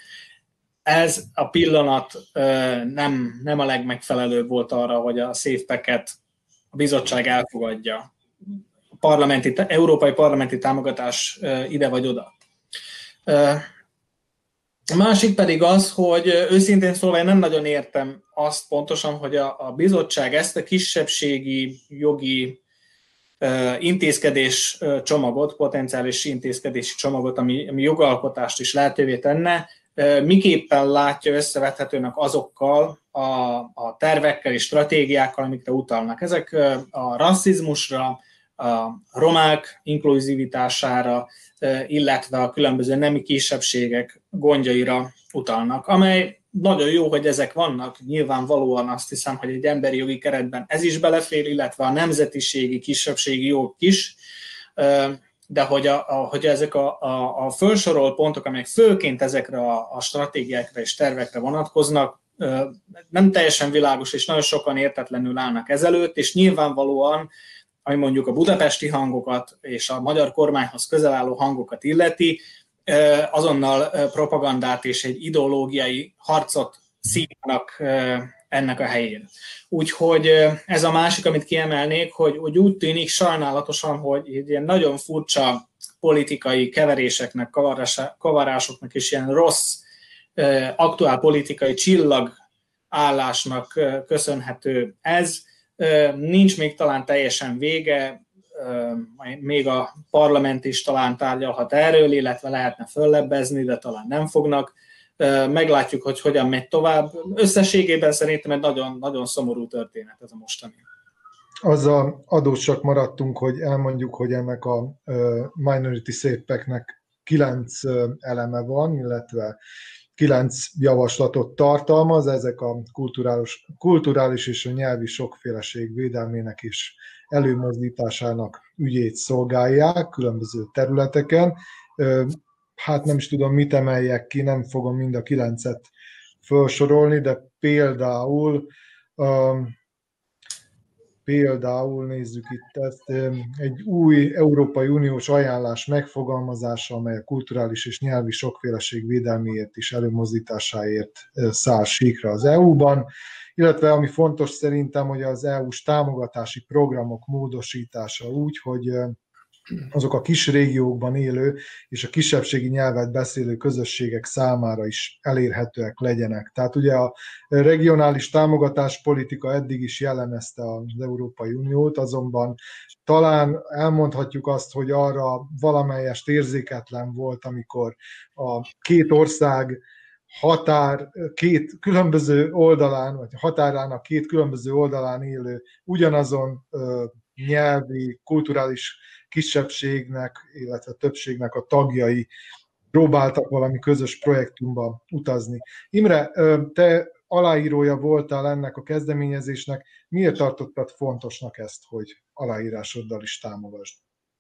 ez a pillanat nem, nem a legmegfelelőbb volt arra, hogy a SafePack-et a bizottság elfogadja. A parlamenti, európai parlamenti támogatás ide vagy oda. A másik pedig az, hogy őszintén szólva én nem nagyon értem azt pontosan, hogy a, a bizottság ezt a kisebbségi jogi intézkedés csomagot, potenciális intézkedési csomagot, ami, ami jogalkotást is lehetővé tenne, miképpen látja összevethetőnek azokkal a, a tervekkel és stratégiákkal, amikre utalnak. Ezek a rasszizmusra, a romák inkluzivitására, illetve a különböző nemi kisebbségek gondjaira utalnak, amely nagyon jó, hogy ezek vannak. Nyilvánvalóan azt hiszem, hogy egy emberi jogi keretben ez is belefér, illetve a nemzetiségi, kisebbségi jogok is, de hogy, a, a, hogy ezek a, a, a felsorolt pontok, amelyek főként ezekre a, a stratégiákra és tervekre vonatkoznak, nem teljesen világos, és nagyon sokan értetlenül állnak ezelőtt, és nyilvánvalóan, ami mondjuk a budapesti hangokat és a magyar kormányhoz közel álló hangokat illeti, azonnal propagandát és egy ideológiai harcot szívnak ennek a helyén. Úgyhogy ez a másik, amit kiemelnék, hogy, hogy úgy tűnik sajnálatosan, hogy ilyen nagyon furcsa politikai keveréseknek, kavarásoknak és ilyen rossz, aktuál politikai csillagállásnak köszönhető ez. Nincs még talán teljesen vége, még a parlament is talán tárgyalhat erről, illetve lehetne föllebbezni, de talán nem fognak. Meglátjuk, hogy hogyan megy tovább. Összességében szerintem egy nagyon, nagyon szomorú történet ez a mostani. Azzal adósak maradtunk, hogy elmondjuk, hogy ennek a Minority SafePack-nek kilenc eleme van, illetve kilenc javaslatot tartalmaz, ezek a kulturális, kulturális és a nyelvi sokféleség védelmének és előmozdításának ügyét szolgálják különböző területeken. Hát nem is tudom, mit emeljek ki, nem fogom mind a kilencet felsorolni, de például például, nézzük itt ezt, egy új Európai Uniós ajánlás megfogalmazása, amely a kulturális és nyelvi sokféleség védelméért és előmozdításáért száll síkra az é u-ban, illetve ami fontos szerintem, hogy az é u-s támogatási programok módosítása úgy, hogy azok a kis régiókban élő és a kisebbségi nyelvet beszélő közösségek számára is elérhetőek legyenek. Tehát ugye a regionális támogatáspolitika eddig is jellemezte az Európai Uniót, azonban talán elmondhatjuk azt, hogy arra valamelyest érzéketlen volt, amikor a két ország határ, két különböző oldalán, vagy határának két különböző oldalán élő ugyanazon nyelvi, kulturális kisebbségnek, illetve többségnek a tagjai próbáltak valami közös projektumba utazni. Imre, te aláírója voltál ennek a kezdeményezésnek, miért tartottad fontosnak ezt, hogy aláírásoddal is támogasd?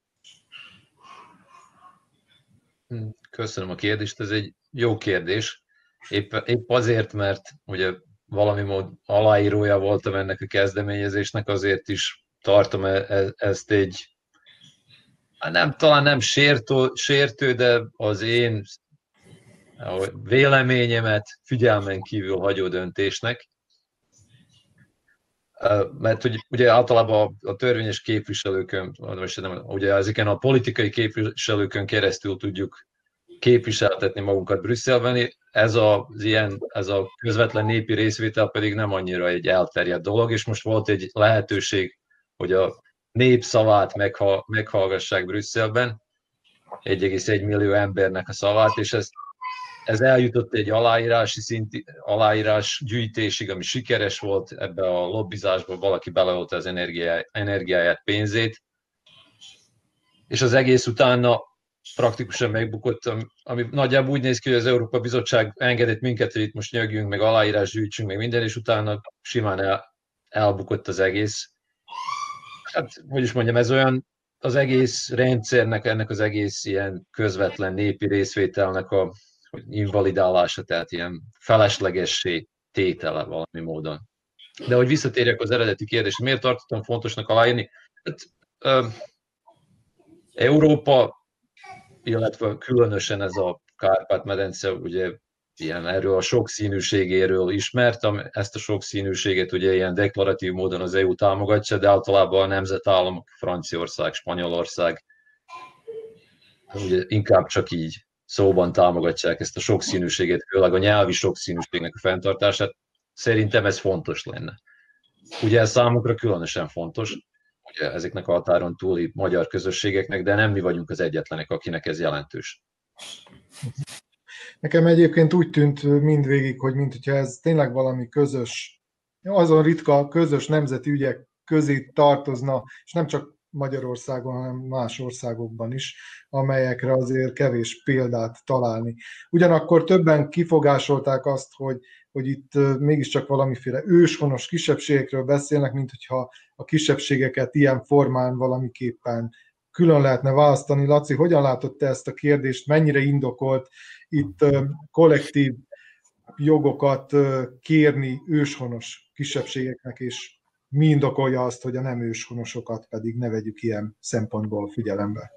Köszönöm a kérdést, ez egy jó kérdés. Épp, épp azért, mert ugye valami mód aláírója voltam ennek a kezdeményezésnek, azért is tartom e- ezt egy, nem, talán nem sértő, sértő, de az én véleményemet figyelmen kívül hagyó döntésnek. Mert hogy ugye általában a törvényes képviselőkön, ugye ezeken a politikai képviselőkön keresztül tudjuk képviseltetni magunkat Brüsszelben, ez a, ilyen, ez a közvetlen népi részvétel pedig nem annyira egy elterjedt dolog, és most volt egy lehetőség, hogy a nép szavát meghallgassák Brüsszelben, egy egész egy millió embernek a szavát, és ez, ez eljutott egy aláírási szinti, aláírás gyűjtésig, ami sikeres volt ebbe a lobbizásba, valaki beleolta az energiáját, energiáját, pénzét, és az egész utána praktikusan megbukott, ami nagyjából úgy néz ki, hogy az Európa Bizottság engedett minket, hogy itt most nyögjünk, meg aláírás gyűjtsünk, meg minden, és utána simán el, elbukott az egész. Hát, hogy is mondjam, ez olyan az egész rendszernek, ennek az egész ilyen közvetlen népi részvételnek a invalidálása, tehát ilyen feleslegessé tétele valami módon. De hogy visszatérjek az eredeti kérdésre, miért tartottam fontosnak aláírni? Hát, ö, Európa, illetve különösen ez a Kárpát-medence, ugye ilyen erről a sokszínűségéről ismert, ezt a sokszínűséget ugye ilyen deklaratív módon az é u támogatja, de általában a nemzetállamok, Franciaország, Spanyolország ugye inkább csak így szóban támogatják ezt a sokszínűséget, főleg a nyelvi sokszínűségnek a fenntartását. Szerintem ez fontos lenne. Ugye ez számukra különösen fontos, ugye ezeknek a határon túli magyar közösségeknek, de nem mi vagyunk az egyetlenek, akinek ez jelentős. Nekem egyébként úgy tűnt mindvégig, hogy mint hogyha ez tényleg valami közös, azon ritka közös nemzeti ügyek közé tartozna, és nem csak Magyarországon, hanem más országokban is, amelyekre azért kevés példát találni. Ugyanakkor többen kifogásolták azt, hogy, hogy itt mégiscsak valamiféle őshonos kisebbségekről beszélnek, mint hogyha a kisebbségeket ilyen formán valamiképpen külön lehetne választani. Laci, hogyan látod te ezt a kérdést, mennyire indokolt itt kollektív jogokat kérni őshonos kisebbségeknek, és mi indokolja azt, hogy a nem őshonosokat pedig ne vegyük ilyen szempontból figyelembe?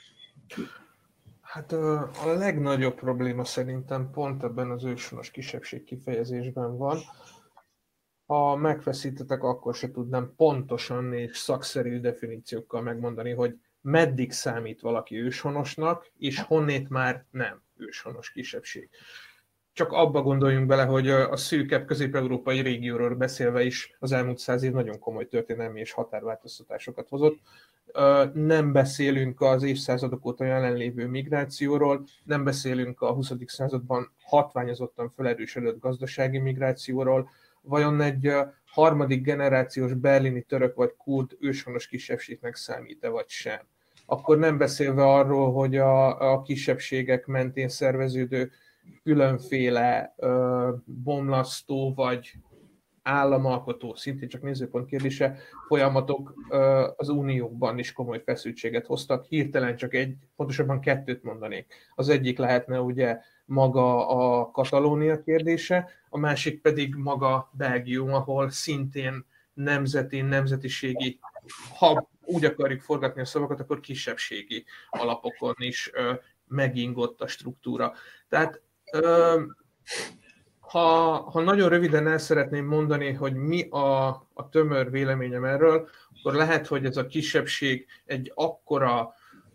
Hát a legnagyobb probléma szerintem pont ebben az őshonos kisebbség kifejezésben van. Ha megfeszítetek, akkor se tudnám pontosan és szakszerű definíciókkal megmondani, hogy meddig számít valaki őshonosnak, és honnét már nem őshonos kisebbség. Csak abba gondoljunk bele, hogy a szűkebb közép-európai régióról beszélve is az elmúlt száz év nagyon komoly történelmi és határváltoztatásokat hozott. Nem beszélünk az évszázadok óta jelenlévő migrációról, nem beszélünk a huszadik században hatványozottan felerősödött gazdasági migrációról, vajon egy harmadik generációs berlini török vagy kurd őshonos kisebbségnek számít-e vagy sem. Akkor nem beszélve arról, hogy a, a kisebbségek mentén szerveződő különféle ö, bomlasztó vagy államalkotó, szintén csak nézőpont kérdése, folyamatok ö, az uniókban is komoly feszültséget hoztak. Hirtelen csak egy, pontosabban kettőt mondanék. Az egyik lehetne ugye maga a Katalónia kérdése, a másik pedig maga Belgium, ahol szintén nemzeti, nemzetiségi, ha úgy akarjuk forgatni a szavakat, akkor kisebbségi alapokon is ö, megingott a struktúra. Tehát ö, ha, ha nagyon röviden el szeretném mondani, hogy mi a, a tömör véleményem erről, akkor lehet, hogy ez a kisebbség egy akkora,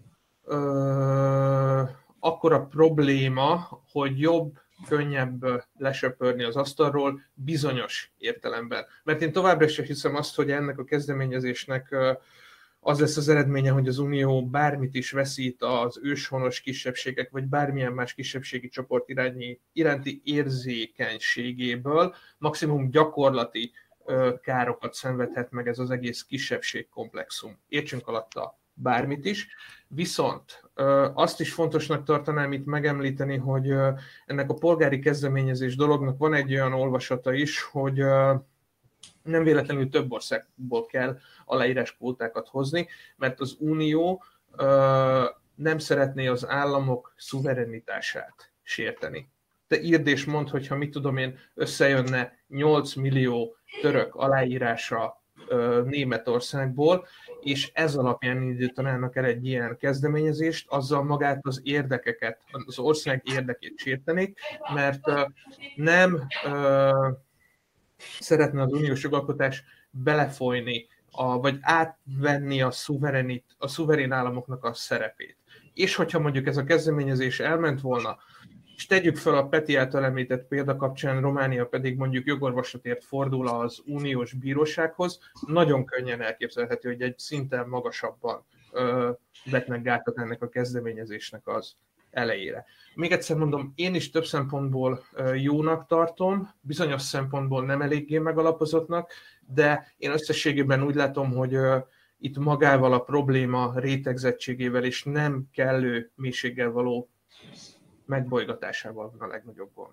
ö, akkora probléma, hogy jobb, könnyebb lesöpörni az asztalról bizonyos értelemben. Mert én továbbra is hiszem azt, hogy ennek a kezdeményezésnek az lesz az eredménye, hogy az Unió bármit is veszít az őshonos kisebbségek, vagy bármilyen más kisebbségi csoport irányi, iránti érzékenységéből, maximum gyakorlati ö, károkat szenvedhet meg ez az egész kisebbségkomplexum. Értsünk alatta bármit is. Viszont ö, azt is fontosnak tartanám itt megemlíteni, hogy ö, ennek a polgári kezdeményezés dolognak van egy olyan olvasata is, hogy ö, nem véletlenül több országból kell aláíráskvótákat hozni, mert az Unió ö, nem szeretné az államok szuverenitását sérteni. Te írd és mondd, hogyha mit tudom én, összejönne nyolc millió török aláírása ö, Németországból, és ez alapján indítanának el egy ilyen kezdeményezést, azzal magát az érdekeket, az ország érdekét sértenék, mert ö, nem ö, szeretne az uniós jogalkotás belefolyni, a, vagy átvenni a, szuverenit, a szuverén államoknak a szerepét. És hogyha mondjuk ez a kezdeményezés elment volna, és tegyük fel a Peti által említett példa kapcsán, Románia pedig mondjuk jogorvoslatért fordul az uniós bírósághoz, nagyon könnyen elképzelhető, hogy egy szinten magasabban ö, vetnek gátat ennek a kezdeményezésnek az elejére. Még egyszer mondom, én is több szempontból jónak tartom, bizonyos szempontból nem eléggé megalapozottnak, de én összességében úgy látom, hogy itt magával a probléma rétegzettségével és nem kellő mélységgel való megbolygatásával van a legnagyobb gond.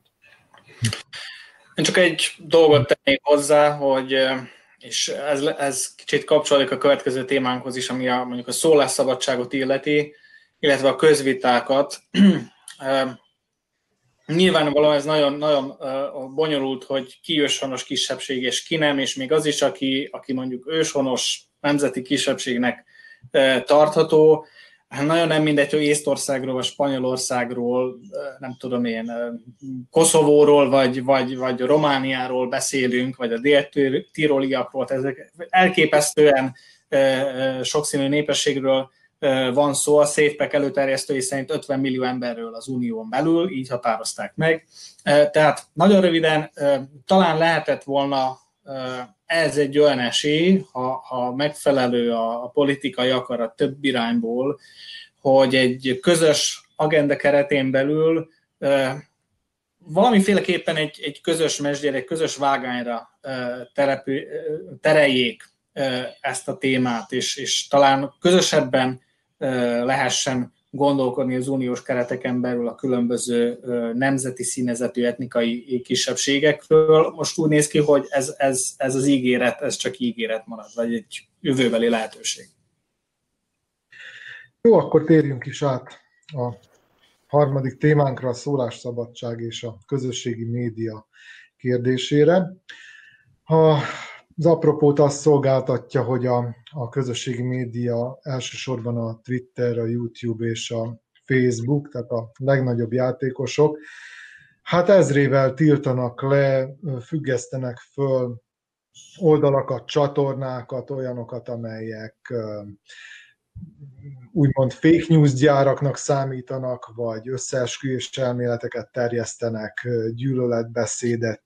Én csak egy dolgot tennék hozzá, hogy és ez, ez kicsit kapcsolódik a következő témánkhoz is, ami a, mondjuk a szólásszabadságot illeti, illetve a közvitákat. Nyilvánvalóan ez nagyon, nagyon bonyolult, hogy ki őshonos kisebbség és ki nem, és még az is, aki, aki mondjuk őshonos nemzeti kisebbségnek tartható. Nagyon nem mindegy, hogy Észtországról, vagy Spanyolországról, nem tudom én, Koszovóról, vagy, vagy, vagy Romániáról beszélünk, vagy a dél-tiroliakról, ezek elképesztően sokszínű népességről van szó, a SafePack előterjesztői szerint ötven millió emberről az unión belül, így határozták meg. Tehát nagyon röviden, talán lehetett volna ez egy olyan esély, ha, ha megfelelő a, a politikai akarat több irányból, hogy egy közös agenda keretén belül valamiféleképpen egy, egy közös mesdjére, egy közös vágányra terepü, tereljék ezt a témát, és, és talán közösebben lehessen gondolkodni az uniós kereteken belül a különböző nemzeti színezetű etnikai kisebbségekről. Most úgy néz ki, hogy ez, ez, ez az ígéret, ez csak ígéret marad, vagy egy jövőbeli lehetőség. Jó, akkor térjünk is át a harmadik témánkra, a szólásszabadság és a közösségi média kérdésére. Ha az apropót azt szolgáltatja, hogy a, a közösségi média elsősorban a Twitter, a YouTube és a Facebook, tehát a legnagyobb játékosok, hát ezrével tiltanak le, függesztenek föl oldalakat, csatornákat, olyanokat, amelyek úgymond fake news gyáraknak számítanak, vagy összeesküvés elméleteket terjesztenek, gyűlöletbeszédet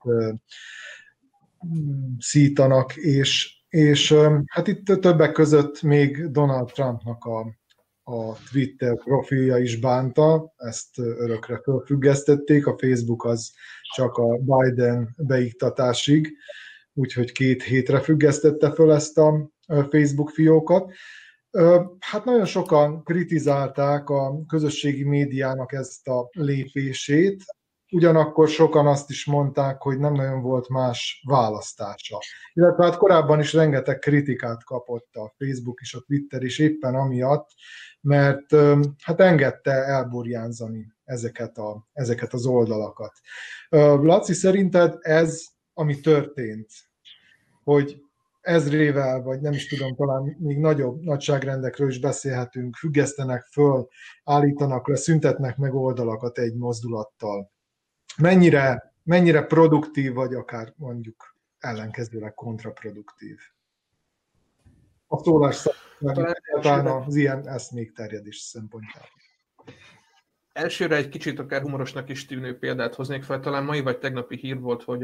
szítanak, és, és hát itt többek között még Donald Trumpnak a, a Twitter profilja is bánta, ezt örökre felfüggesztették, a Facebook az csak a Biden beiktatásig, úgyhogy két hétre függesztette föl ezt a Facebook fiókot. Hát nagyon sokan kritizálták a közösségi médiának ezt a lépését, ugyanakkor sokan azt is mondták, hogy nem nagyon volt más választása. Illetve hát korábban is rengeteg kritikát kapott a Facebook és a Twitter is éppen amiatt, mert hát engedte elburjánzani ezeket, a, ezeket az oldalakat. Laci, szerinted ez, ami történt, hogy ezrével, vagy nem is tudom, talán még nagyobb nagyságrendekről is beszélhetünk, függesztenek föl, állítanak le, szüntetnek meg oldalakat egy mozdulattal. Mennyire, mennyire produktív, vagy akár mondjuk ellenkezőleg kontraproduktív? A szólásszabadság az ilyen eszmék terjedés szempontjából. Elsőre egy kicsit akár humorosnak is tűnő példát hoznék fel. Talán mai vagy tegnapi hír volt, hogy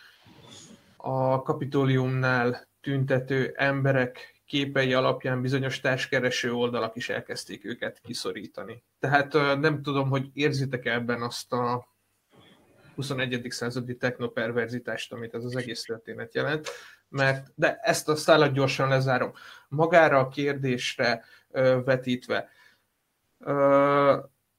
a Kapitóliumnál tüntető emberek képei alapján bizonyos társkereső oldalak is elkezdték őket kiszorítani. Tehát nem tudom, hogy érzitek ebben azt a huszonegyedik századi technoperverzitást, amit ez az egész történet jelent, mert, de ezt a szállat gyorsan lezárom. Magára a kérdésre ö, vetítve, ö,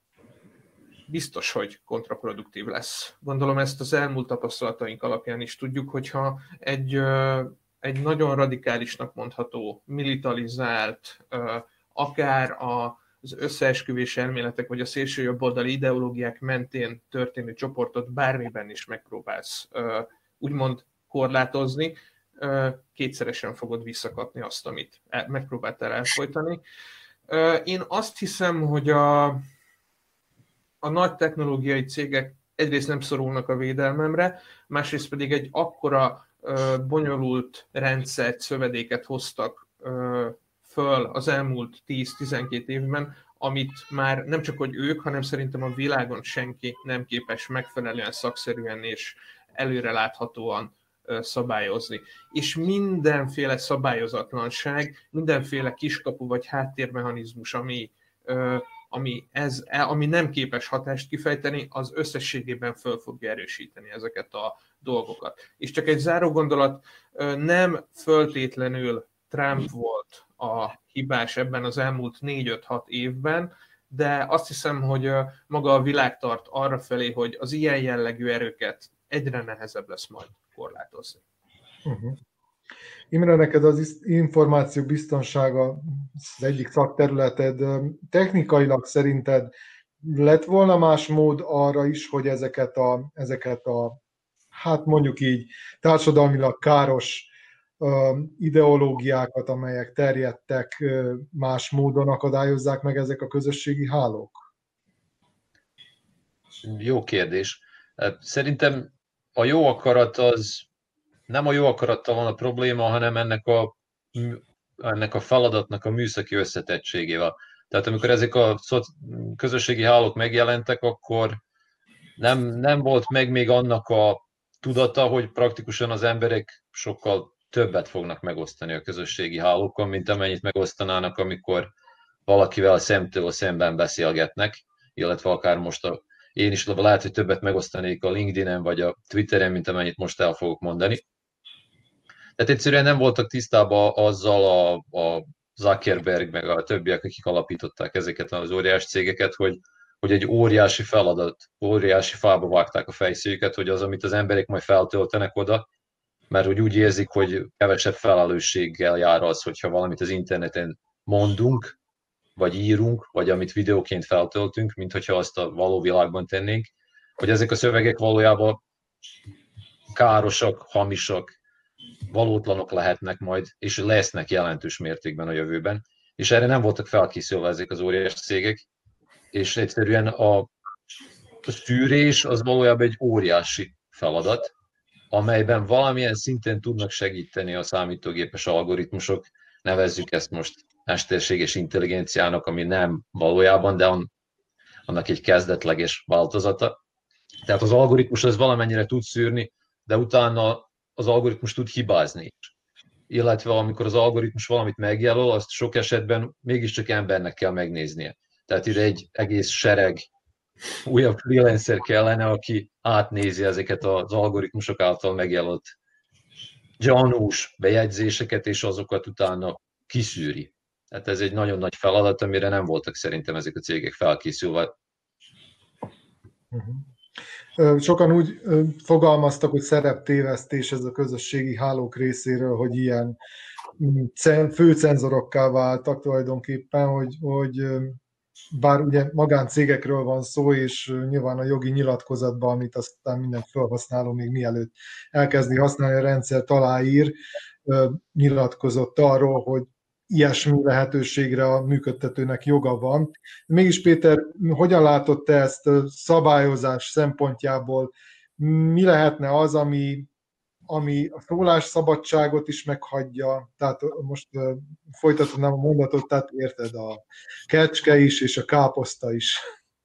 biztos, hogy kontraproduktív lesz. Gondolom ezt az elmúlt tapasztalataink alapján is tudjuk, hogyha egy, ö, egy nagyon radikálisnak mondható, militarizált, ö, akár a az összeesküvés elméletek, vagy a szélsőjobboldali ideológiák mentén történő csoportot bármiben is megpróbálsz úgymond korlátozni, kétszeresen fogod visszakapni azt, amit megpróbáltál elfolytani. Én azt hiszem, hogy a, a nagy technológiai cégek egyrészt nem szorulnak a védelmemre, másrészt pedig egy akkora bonyolult rendszert, szövedéket hoztak föl az elmúlt tíz-tizenkét évben, amit már nem csak hogy ők, hanem szerintem a világon senki nem képes megfelelően szakszerűen és előreláthatóan szabályozni. És mindenféle szabályozatlanság, mindenféle kiskapu vagy háttérmechanizmus, ami, ami, ez, ami nem képes hatást kifejteni, az összességében föl fogja erősíteni ezeket a dolgokat. És csak egy záró gondolat, nem föltétlenül Trump volt a hibás ebben az elmúlt négy-öt-hat évben, de azt hiszem, hogy maga a világ tart arra felé, hogy az ilyen jellegű erőket egyre nehezebb lesz majd korlátozni. Uh-huh. Imre, neked az információ biztonsága az egyik szakterületed. Technikailag szerinted lett volna más mód arra is, hogy ezeket a, ezeket a hát mondjuk így társadalmilag káros ideológiákat, amelyek terjedtek, más módon akadályozzák meg ezek a közösségi hálók? Jó kérdés. Szerintem a jó akarat az nem a jó akarattal van a probléma, hanem ennek a, ennek a feladatnak a műszaki összetettségével. Tehát amikor ezek a közösségi hálók megjelentek, akkor nem, nem volt meg még annak a tudata, hogy praktikusan az emberek sokkal többet fognak megosztani a közösségi hálókon, mint amennyit megosztanának, amikor valakivel szemtől szemben beszélgetnek, illetve akár most a, én is lehet, hogy többet megosztanék a LinkedIn-en vagy a Twitteren, mint amennyit most el fogok mondani. Tehát egyszerűen nem voltak tisztában azzal a, a Zuckerberg meg a többiek, akik alapították ezeket az óriás cégeket, hogy, hogy egy óriási feladat, óriási fába vágták a fejszőjüket, hogy az, amit az emberek majd feltöltenek oda, mert hogy úgy érzik, hogy kevesebb felelősséggel jár az, hogyha valamit az interneten mondunk, vagy írunk, vagy amit videóként feltöltünk, mint hogyha azt a való világban tennénk, hogy ezek a szövegek valójában károsak, hamisak, valótlanok lehetnek majd, és lesznek jelentős mértékben a jövőben. És erre nem voltak felkészülve ezek az óriás cégek, és egyszerűen a, a szűrés az valójában egy óriási feladat, amelyben valamilyen szinten tudnak segíteni a számítógépes algoritmusok, nevezzük ezt most mesterséges intelligenciának, ami nem valójában, de annak egy kezdetleges változata. Tehát az algoritmus az valamennyire tud szűrni, de utána az algoritmus tud hibázni is. Illetve amikor az algoritmus valamit megjelöl, azt sok esetben mégiscsak embernek kell megnéznie. Tehát ide egy egész sereg újabb freelancer kellene, aki átnézi ezeket az algoritmusok által megjelölt gyanús bejegyzéseket, és azokat utána kiszűri. Tehát ez egy nagyon nagy feladat, amire nem voltak szerintem ezek a cégek felkészülve. Sokan úgy fogalmaztak, hogy szereptévesztés ez a közösségi hálók részéről, hogy ilyen főcenzorokká váltak tulajdonképpen, hogy, hogy bár ugye magáncégekről van szó, és nyilván a jogi nyilatkozatban, amit aztán minden felhasználó még mielőtt elkezdi használni a rendszert, aláír, nyilatkozott arról, hogy ilyesmi lehetőségre a működtetőnek joga van. Mégis Péter, hogyan látod te ezt a szabályozás szempontjából? Mi lehetne az, ami, ami a szólásszabadságot is meghagyja? Tehát most folytatnám a mondatot, tehát érted, a kecske is és a káposzta is.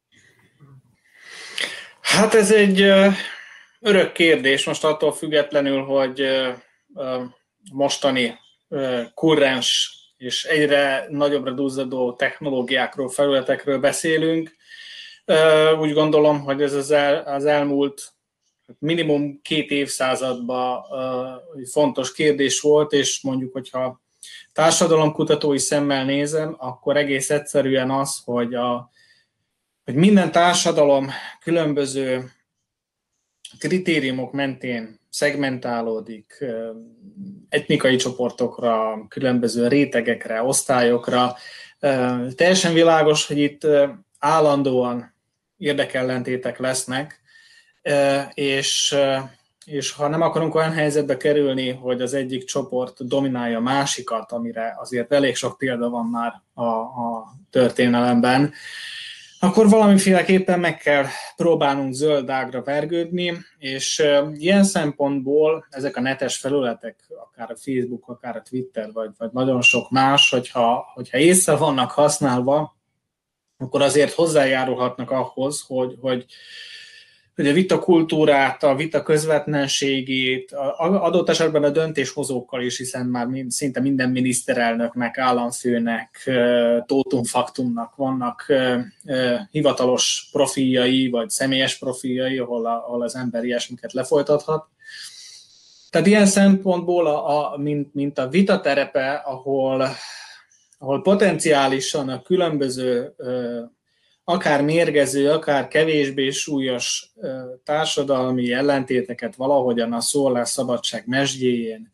Hát ez egy örök kérdés, most attól függetlenül, hogy mostani kurrens és egyre nagyobbra duzzadó technológiákról, felületekről beszélünk. Úgy gondolom, hogy ez az, el, az elmúlt minimum két évszázadban fontos kérdés volt, és mondjuk, hogyha társadalomkutatói szemmel nézem, akkor egész egyszerűen az, hogy, a, hogy minden társadalom különböző kritériumok mentén szegmentálódik, etnikai csoportokra, különböző rétegekre, osztályokra. Teljesen világos, hogy itt állandóan érdekellentétek lesznek, és, és ha nem akarunk olyan helyzetbe kerülni, hogy az egyik csoport dominálja a másikat, amire azért elég sok példa van már a, a történelemben, akkor valamiféleképpen meg kell próbálnunk zöld ágra vergődni, és ilyen szempontból ezek a netes felületek, akár a Facebook, akár a Twitter, vagy, vagy nagyon sok más, hogyha, hogyha észre vannak használva, akkor azért hozzájárulhatnak ahhoz, hogy, hogy, hogy a vitakultúrát, a vita közvetlenségét, adott esetben a döntéshozókkal is, hiszen már mind, szinte minden miniszterelnöknek, államfőnek, tótumfaktumnak vannak hivatalos profiljai, vagy személyes profiljai, ahol, a, ahol az ember ilyesmiket lefolytathat. Tehát ilyen szempontból, a, a, mint, mint a vita terepe, ahol, ahol potenciálisan a különböző akár mérgező, akár kevésbé súlyos társadalmi ellentéteket valahogyan a szólásszabadság mezsdjéjén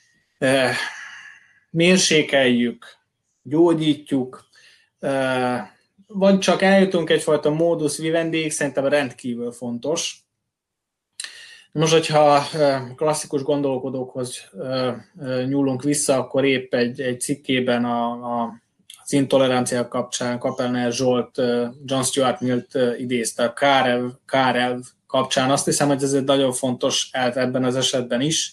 mérsékeljük, gyógyítjuk, vagy csak eljutunk egyfajta modus vivendi, szerintem rendkívül fontos. Most, hogyha klasszikus gondolkodókhoz nyúlunk vissza, akkor épp egy, egy cikkében a, a az intolerancia kapcsán Kapelner Zsolt John Stuart Millt idézte a kárelv, kárelv kapcsán. Azt hiszem, hogy ez egy nagyon fontos elv ebben az esetben is.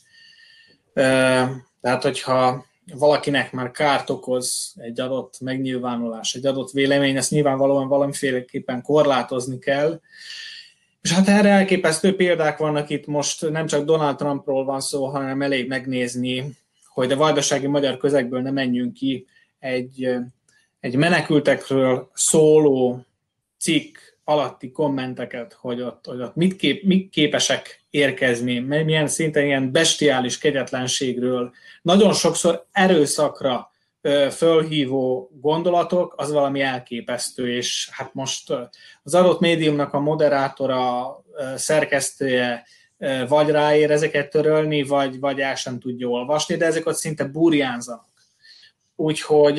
Tehát, hogyha valakinek már kárt okoz egy adott megnyilvánulás, egy adott vélemény, ezt nyilvánvalóan valamiféleképpen korlátozni kell. És hát erre elképesztő példák vannak itt, most nem csak Donald Trumpról van szó, hanem elég megnézni, hogy a vajdasági magyar közegből ne menjünk ki, egy, egy menekültekről szóló cikk alatti kommenteket, hogy ott, hogy ott mit, kép, mit képesek érkezni, milyen szinten ilyen bestiális kegyetlenségről, nagyon sokszor erőszakra ö, fölhívó gondolatok, az valami elképesztő, és hát most az adott médiumnak a moderátora, ö, szerkesztője ö, vagy ráér ezeket törölni, vagy, vagy el sem tudja olvasni, de ezek ott szinte burjánzanak. Úgyhogy,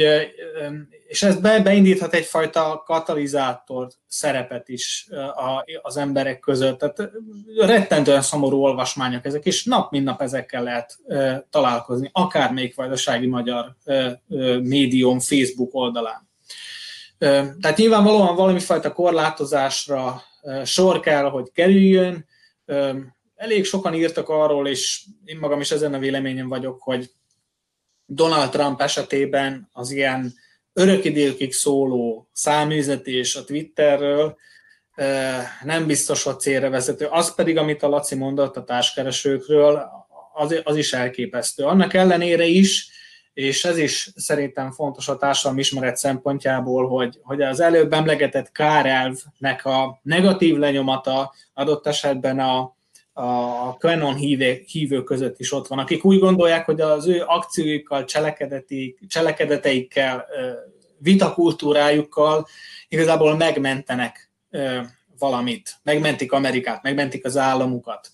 és ez be, beindíthat egyfajta katalizátor szerepet is az emberek között. Tehát rettentően szomorú olvasmányok ezek, és nap mint nap ezekkel lehet találkozni, akár még vajdasági magyar médium Facebook oldalán. Tehát nyilvánvalóan valamifajta korlátozásra sor kell, hogy kerüljön. Elég sokan írtak arról, és én magam is ezen a véleményen vagyok, hogy Donald Trump esetében az ilyen örökidőkig szóló száműzetés a Twitterről nem biztos, hogy célra vezető. Az pedig, amit a Laci mondott a társkeresőkről, az, az is elképesztő. Annak ellenére is, és ez is szerintem fontos a társadalmi ismeret szempontjából, hogy, hogy az előbb emlegetett kárelvnek a negatív lenyomata adott esetben a a QAnon hívők között is ott van, akik úgy gondolják, hogy az ő akcióikkal, cselekedeteikkel, vitakultúrájukkal igazából megmentenek valamit, megmentik Amerikát, megmentik az államukat.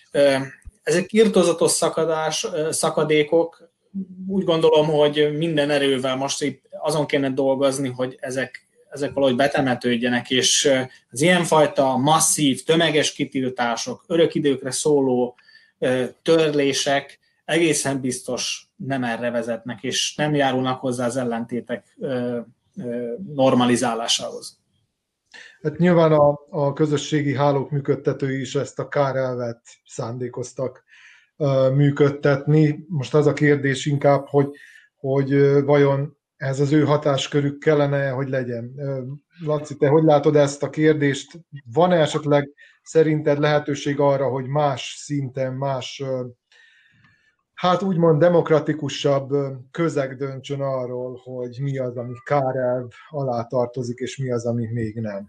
Ezek irtózatos szakadás, szakadékok, úgy gondolom, hogy minden erővel most azon kéne dolgozni, hogy ezek, ezek valahogy betemetődjenek, és az ilyenfajta masszív, tömeges kitiltások, örök időkre szóló törlések egészen biztos nem erre vezetnek, és nem járulnak hozzá az ellentétek normalizálásához. Hát nyilván a, a közösségi hálók működtetői is ezt a kárelvet szándékoztak uh, működtetni. Most az a kérdés inkább, hogy, hogy uh, vajon ez az ő hatáskörük kellene, hogy legyen. Uh, Laci, te hogy látod ezt a kérdést? Van-e esetleg szerinted lehetőség arra, hogy más szinten, más, uh, hát úgymond demokratikusabb közeg döntsön arról, hogy mi az, ami kárelv alá tartozik, és mi az, ami még nem?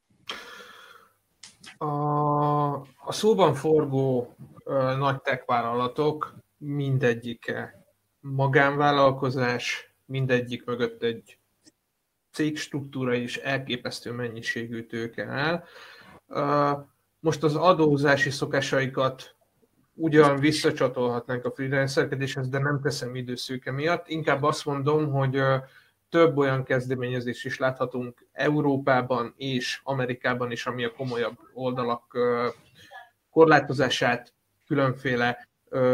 A, a szóban forgó ö, nagy tech vállalatok mindegyike magánvállalkozás, mindegyik mögött egy cégstruktúra és elképesztő mennyiségű tőke áll. Ö, most az adózási szokásaikat ugyan visszacsatolhatnánk a freelancerkedéshez, de nem teszem időszűke miatt. Inkább azt mondom, hogy ö, több olyan kezdeményezést is láthatunk Európában és Amerikában is, ami a komolyabb oldalak korlátozását, különféle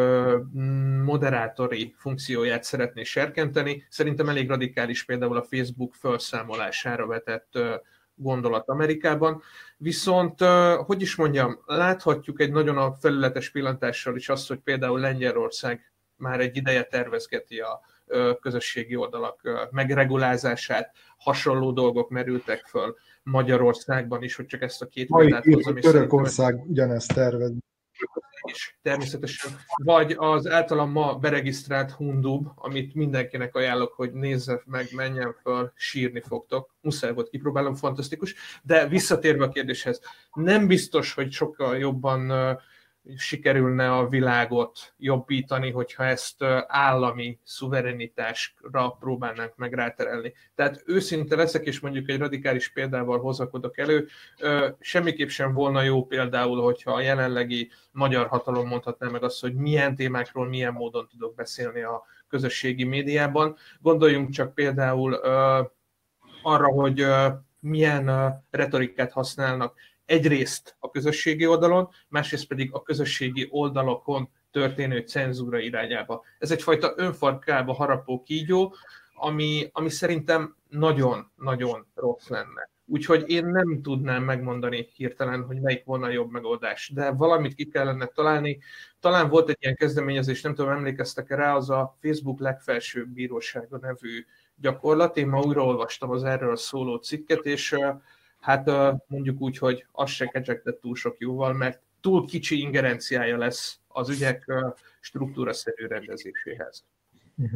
moderátori funkcióját szeretné serkenteni. Szerintem elég radikális például a Facebook felszámolására vetett gondolat Amerikában. Viszont, hogy is mondjam, láthatjuk egy nagyon a felületes pillantással is azt, hogy például Lengyelország már egy ideje tervezgeti a közösségi oldalak megregulázását, hasonló dolgok merültek föl Magyarországban is, hogy csak ezt a két példát hozzam. Törökország ugyanezt tervez. Is, természetesen. Vagy az általam ma beregisztrált Hundub, amit mindenkinek ajánlok, hogy nézze meg, menjen föl, sírni fogtok. Muszáj volt, kipróbálom, fantasztikus. De visszatérve a kérdéshez, nem biztos, hogy sokkal jobban sikerülne a világot jobbítani, hogyha ezt állami szuverenitásra próbálnánk meg ráterelni. Tehát őszinte leszek, és mondjuk egy radikális példával hozakodok elő. Semmiképp sem volna jó például, hogyha a jelenlegi magyar hatalom mondhatná meg azt, hogy milyen témákról, milyen módon tudok beszélni a közösségi médiában. Gondoljunk csak például arra, hogy milyen retorikát használnak egyrészt a közösségi oldalon, másrészt pedig a közösségi oldalakon történő cenzúra irányába. Ez egyfajta önfarkába harapó kígyó, ami, ami szerintem nagyon-nagyon rossz lenne. Úgyhogy én nem tudnám megmondani hirtelen, hogy melyik volna a jobb megoldás, de valamit ki kellene találni. Talán volt egy ilyen kezdeményezés, nem tudom, emlékeztek-e rá, az a Facebook legfelsőbb bírósága nevű gyakorlat. Én ma újraolvastam az erről szóló cikket, és hát mondjuk úgy, hogy az se kecsegtett túl sok jóval, mert túl kicsi ingerenciája lesz az ügyek struktúraszerű rendezéséhez. Uh-huh.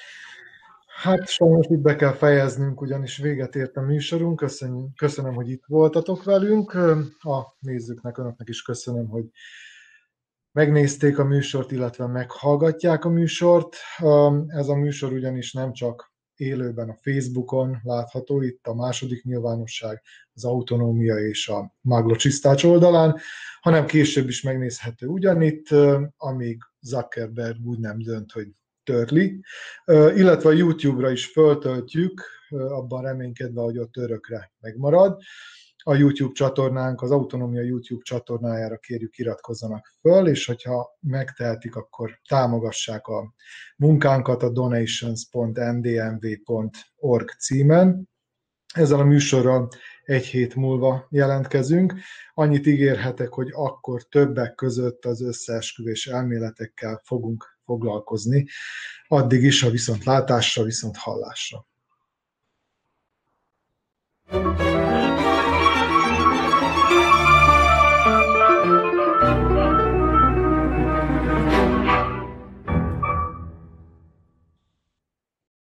Hát sajnos itt be kell fejeznünk, ugyanis véget ért a műsorunk. Köszönöm, köszönöm, hogy itt voltatok velünk. A nézőknek, önöknek is köszönöm, hogy megnézték a műsort, illetve meghallgatják a műsort. Ez a műsor ugyanis nem csak élőben a Facebookon látható, itt a második nyilvánosság, az Autonómia és a Maglocsisztács oldalán, hanem később is megnézhető ugyanitt, amíg Zuckerberg úgy nem dönt, hogy törli, illetve a YouTube-ra is föltöltjük, abban reménykedve, hogy ott örökre megmarad. A YouTube csatornánk, az Autonómia YouTube csatornájára kérjük, iratkozzanak föl, és hogyha megtehetik, akkor támogassák a munkánkat a donations pont n d m v pont org címen. Ezzel a műsorral egy hét múlva jelentkezünk. Annyit ígérhetek, hogy akkor többek között az összeesküvés elméletekkel fogunk foglalkozni. Addig is a viszontlátásra, viszonthallásra.